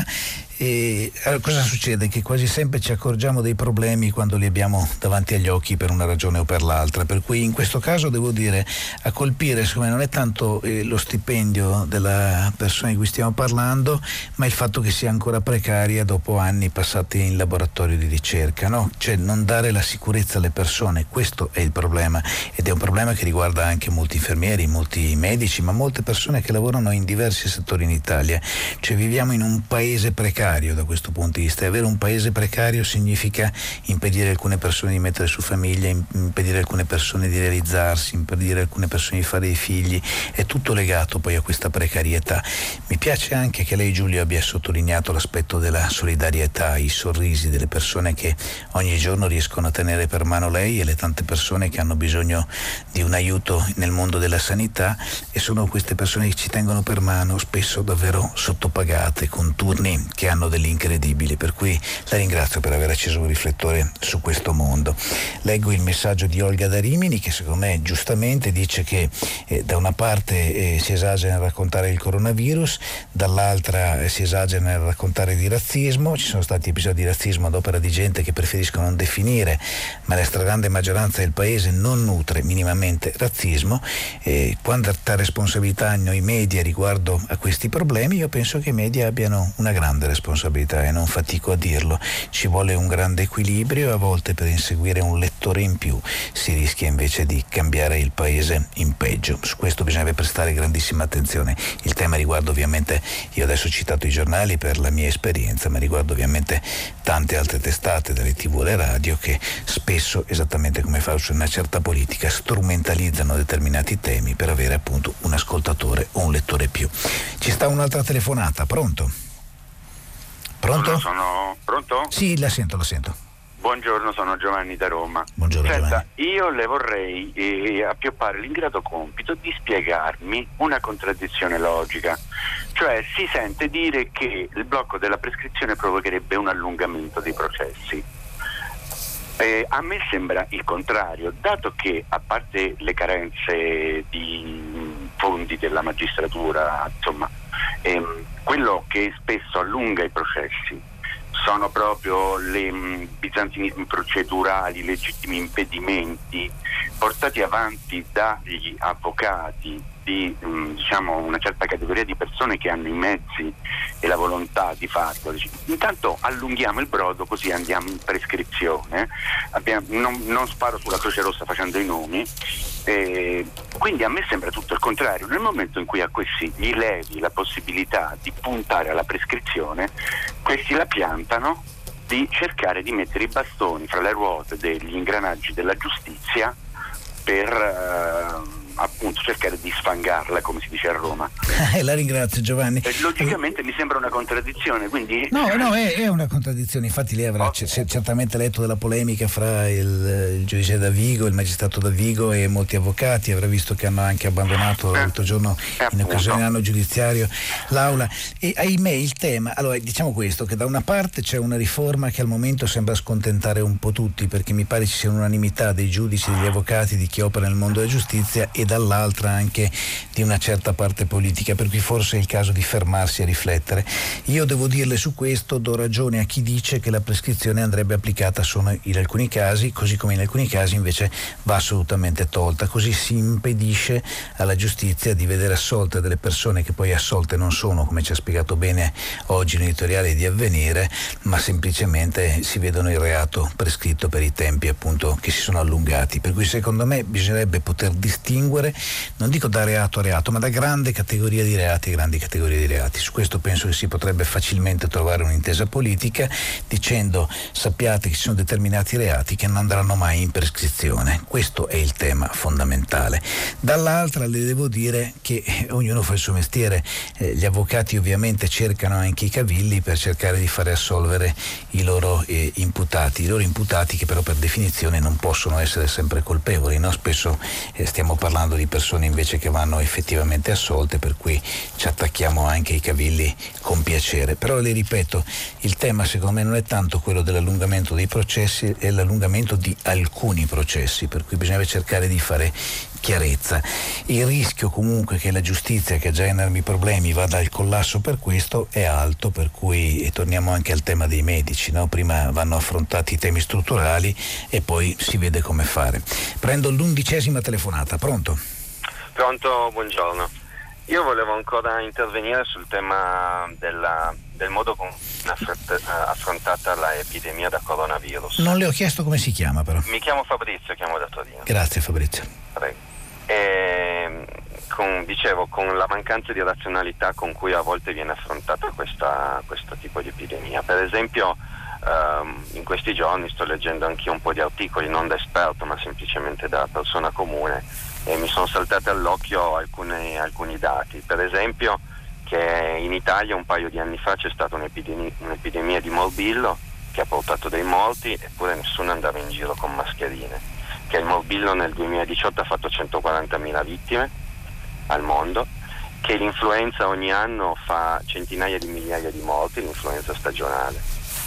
E allora, cosa succede? Che quasi sempre ci accorgiamo dei problemi quando li abbiamo davanti agli occhi per una ragione o per l'altra, per cui in questo caso devo dire a colpire secondo me non è tanto eh, lo stipendio della persona di cui stiamo parlando, ma il fatto che sia ancora precaria dopo anni passati in laboratorio di ricerca, no? Cioè non dare la sicurezza alle persone, questo è il problema, ed è un problema che riguarda anche molti infermieri, molti medici, ma molte persone che lavorano in diversi settori in Italia. Cioè viviamo in un paese precario da questo punto di vista, e avere un paese precario significa impedire a alcune persone di mettere su famiglia, impedire a alcune persone di realizzarsi, impedire a alcune persone di fare dei figli, è tutto legato poi a questa precarietà. Mi piace anche che lei, Giulio, abbia sottolineato l'aspetto della solidarietà, i sorrisi delle persone che ogni giorno riescono a tenere per mano lei e le tante persone che hanno bisogno di un aiuto nel mondo della sanità, e sono queste persone che ci tengono per mano, spesso davvero sottopagate, con turni che hanno dell'incredibile, per cui la ringrazio per aver acceso un riflettore su questo mondo. Leggo il messaggio di Olga da Rimini, che secondo me giustamente dice che eh, da una parte eh, si esagera nel raccontare il coronavirus, dall'altra eh, si esagera nel raccontare di razzismo. Ci sono stati episodi di razzismo ad opera di gente che preferisco non definire, ma la stragrande maggioranza del paese non nutre minimamente razzismo. Eh, quanta responsabilità hanno i media riguardo a questi problemi? Io penso che i media abbiano una grande responsabilità responsabilità e non fatico a dirlo. Ci vuole un grande equilibrio, e a volte per inseguire un lettore in più si rischia invece di cambiare il paese in peggio. Su questo bisogna prestare grandissima attenzione. Il tema riguarda ovviamente, io adesso ho citato i giornali per la mia esperienza, ma riguarda ovviamente tante altre testate, dalle tv alle radio, che spesso, esattamente come fa una certa politica, strumentalizzano determinati temi per avere appunto un ascoltatore o un lettore più. Ci sta un'altra telefonata, pronto? Pronto? Sono pronto? Sì, la sento, la sento. Buongiorno, sono Giovanni da Roma. Buongiorno. Senta, Giovanni. io le vorrei eh, appioppare l'ingrato compito di spiegarmi una contraddizione logica. Cioè si sente dire che il blocco della prescrizione provocherebbe un allungamento dei processi. Eh, a me sembra il contrario, dato che, a parte le carenze di fondi della magistratura, insomma, ehm, quello che spesso allunga i processi sono proprio i bizantinismi procedurali, i legittimi impedimenti portati avanti dagli avvocati di mh, diciamo una certa categoria di persone che hanno i mezzi e la volontà di farlo. Intanto allunghiamo il brodo, così andiamo in prescrizione. Abbiamo, non, non sparo sulla Croce Rossa facendo i nomi, eh, quindi a me sembra tutto il contrario. Nel momento in cui a questi gli levi la possibilità di puntare alla prescrizione, questi la piantano di cercare di mettere i bastoni fra le ruote degli ingranaggi della giustizia per eh, appunto cercare di sfangarla, come si dice a Roma. Eh, la ringrazio, Giovanni. Eh, logicamente eh, mi sembra una contraddizione, quindi... No, no, è, è una contraddizione. Infatti lei avrà oh. c- certamente letto della polemica fra il, il giudice Davigo, il magistrato Davigo e molti avvocati, avrà visto che hanno anche abbandonato eh, l'altro giorno eh, in occasione dell'anno giudiziario l'aula. E ahimè il tema, allora diciamo questo, che da una parte c'è una riforma che al momento sembra scontentare un po' tutti, perché mi pare ci sia un'unanimità dei giudici, degli avvocati, di chi opera nel mondo della giustizia, e dall'altra anche di una certa parte politica, per cui forse è il caso di fermarsi a riflettere. Io devo dirle su questo, do ragione a chi dice che la prescrizione andrebbe applicata solo in alcuni casi, così come in alcuni casi invece va assolutamente tolta, così si impedisce alla giustizia di vedere assolte delle persone che poi assolte non sono, come ci ha spiegato bene oggi l'editoriale di Avvenire, ma semplicemente si vedono il reato prescritto per i tempi appunto che si sono allungati, per cui secondo me bisognerebbe poter distinguere, non dico da reato a reato, ma da grande categoria di reati a grandi categorie di reati. Su questo penso che si potrebbe facilmente trovare un'intesa politica, dicendo: sappiate che ci sono determinati reati che non andranno mai in prescrizione. Questo è il tema fondamentale. Dall'altra le devo dire che ognuno fa il suo mestiere, eh, gli avvocati ovviamente cercano anche i cavilli per cercare di fare assolvere i loro eh, imputati, i loro imputati che però per definizione non possono essere sempre colpevoli, no? Spesso eh, stiamo parlando di persone invece che vanno effettivamente assolte, per cui ci attacchiamo anche ai cavilli con piacere. Però le ripeto, il tema secondo me non è tanto quello dell'allungamento dei processi, è l'allungamento di alcuni processi, per cui bisogna cercare di fare chiarezza. Il rischio comunque che la giustizia, che ha già enormi problemi, vada al collasso per questo è alto, per cui e torniamo anche al tema dei medici, no? Prima vanno affrontati i temi strutturali e poi si vede come fare. Prendo l'undicesima telefonata. Pronto? Pronto, buongiorno. Io volevo ancora intervenire sul tema della, del modo con cui è affrontata l'epidemia da coronavirus. Non le ho chiesto come si chiama però. Mi chiamo Fabrizio, chiamo da Torino. Grazie Fabrizio. Prego. E, con, dicevo, con la mancanza di razionalità con cui a volte viene affrontata questa, questo tipo di epidemia. Per esempio, ehm, in questi giorni sto leggendo anch'io un po' di articoli, non da esperto ma semplicemente da persona comune, e mi sono saltate all'occhio alcuni, alcuni dati. Per esempio che in Italia un paio di anni fa c'è stata un'epidemia, un'epidemia di morbillo che ha portato dei morti, eppure nessuno andava in giro con mascherine. Che il morbillo nel duemiladiciotto ha fatto centoquarantamila vittime al mondo, che l'influenza ogni anno fa centinaia di migliaia di morti, l'influenza stagionale,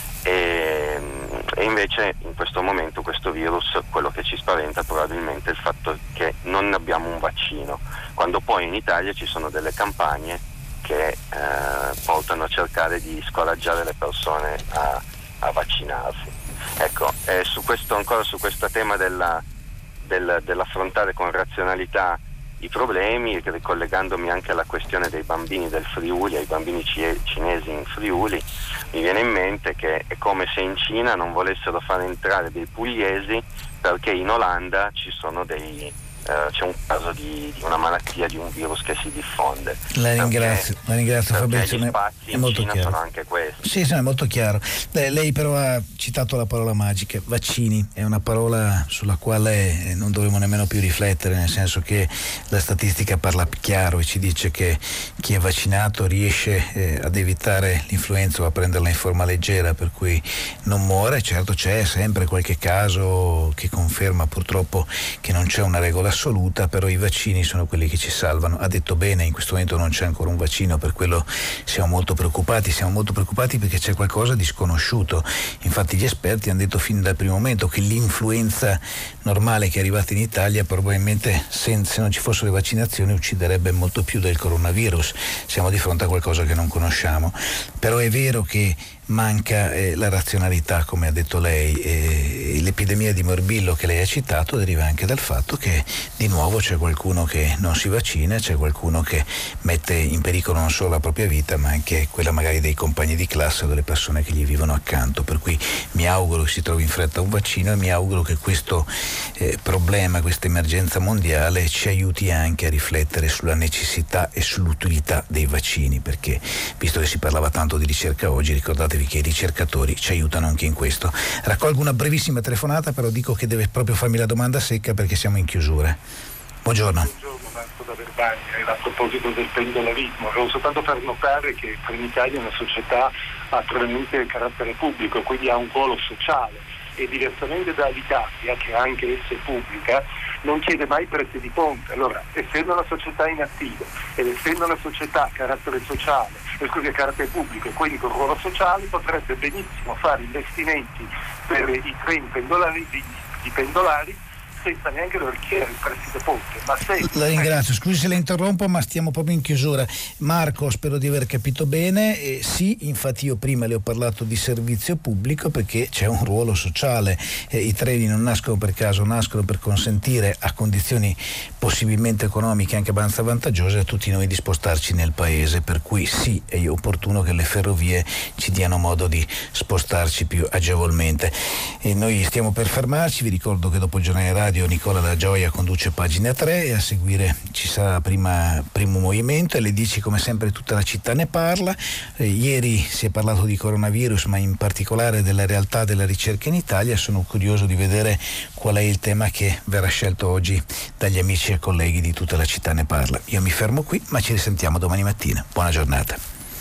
e, e invece in questo momento questo virus, quello che ci spaventa probabilmente è il fatto che non abbiamo un vaccino, quando poi in Italia ci sono delle campagne che eh, portano a cercare di scoraggiare le persone a, a vaccinarsi. Ecco, eh, su questo, ancora su questo tema della, del, dell'affrontare con razionalità i problemi, ricollegandomi anche alla questione dei bambini del Friuli, ai bambini cie, cinesi in Friuli, mi viene in mente che è come se in Cina non volessero far entrare dei pugliesi perché in Olanda ci sono dei Uh, c'è un caso di, di una malattia, di un virus che si diffonde. La ringrazio, perché, la ringrazio Fabrizio. Gli spazi è in molto Cina chiaro. sono anche questi. Sì, sì, è molto chiaro. Lei, lei però ha citato la parola magica, vaccini, è una parola sulla quale non dovremmo nemmeno più riflettere, nel senso che la statistica parla chiaro e ci dice che chi è vaccinato riesce eh, ad evitare l'influenza o a prenderla in forma leggera, per cui non muore. Certo c'è sempre qualche caso che conferma purtroppo che non c'è una regola regola assoluta, però i vaccini sono quelli che ci salvano. Ha detto bene, in questo momento non c'è ancora un vaccino, per quello siamo molto preoccupati, siamo molto preoccupati perché c'è qualcosa di sconosciuto. Infatti gli esperti hanno detto fin dal primo momento che l'influenza normale che è arrivata in Italia probabilmente se, se non ci fossero le vaccinazioni ucciderebbe molto più del coronavirus. Siamo di fronte a qualcosa che non conosciamo, però è vero che manca eh, la razionalità, come ha detto lei, e l'epidemia di morbillo che lei ha citato deriva anche dal fatto che di nuovo c'è qualcuno che non si vaccina, c'è qualcuno che mette in pericolo non solo la propria vita ma anche quella magari dei compagni di classe o delle persone che gli vivono accanto, per cui mi auguro che si trovi in fretta un vaccino e mi auguro che questo eh, problema, questa emergenza mondiale ci aiuti anche a riflettere sulla necessità e sull'utilità dei vaccini, perché visto che si parlava tanto di ricerca oggi, ricordate che i ricercatori ci aiutano anche in questo. Raccolgo una brevissima telefonata, però dico che deve proprio farmi la domanda secca perché siamo in chiusura. Buongiorno. Buongiorno Marco da Verbania, a proposito del pendolarismo, volevo soltanto far notare che Trenitalia è una società a prevalente carattere pubblico, quindi ha un ruolo sociale e diversamente dall'Italia, che anche essa è pubblica, non chiede mai prezzi di ponte. Allora, essendo una società inattiva ed essendo una società a carattere sociale, scusi, a carattere pubblico e quindi con ruolo sociale, potrebbe benissimo fare investimenti per i treni pendolari, di, di pendolari senza neanche dover chiedere il prestito ponte. Ma se... La ringrazio, scusi se la interrompo, ma stiamo proprio in chiusura. Marco, spero di aver capito bene. Eh, sì, infatti io prima le ho parlato di servizio pubblico perché c'è un ruolo sociale. Eh, I treni non nascono per caso, nascono per consentire a condizioni possibilmente economiche anche abbastanza vantaggiose a tutti noi di spostarci nel paese, per cui sì, è opportuno che le ferrovie ci diano modo di spostarci più agevolmente. E noi stiamo per fermarci, vi ricordo che dopo il giornale radio Nicola La Gioia conduce Pagina tre e a seguire ci sarà prima Primo Movimento e alle dieci come sempre Tutta la città ne parla. Eh, ieri si è parlato di coronavirus, ma in particolare della realtà della ricerca in Italia. Sono curioso di vedere qual è il tema che verrà scelto oggi dagli amici e colleghi di Tutta la città ne parla. Io mi fermo qui, ma ci risentiamo domani mattina. Buona giornata.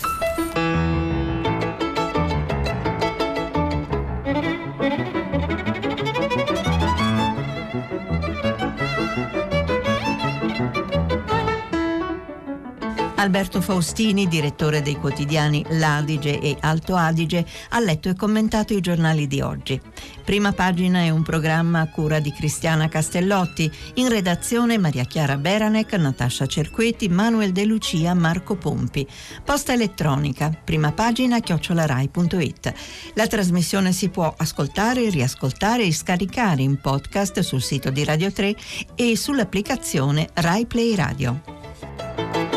Alberto Faustini, direttore dei quotidiani L'Adige e Alto Adige, ha letto e commentato i giornali di oggi. Prima Pagina è un programma a cura di Cristiana Castellotti, in redazione Maria Chiara Beranec, Natascia Cerqueti, Manuel De Lucia, Marco Pompi. Posta elettronica, primapagina chiocciola rai punto it. La trasmissione si può ascoltare, riascoltare e scaricare in podcast sul sito di Radio tre e sull'applicazione Rai Play Radio.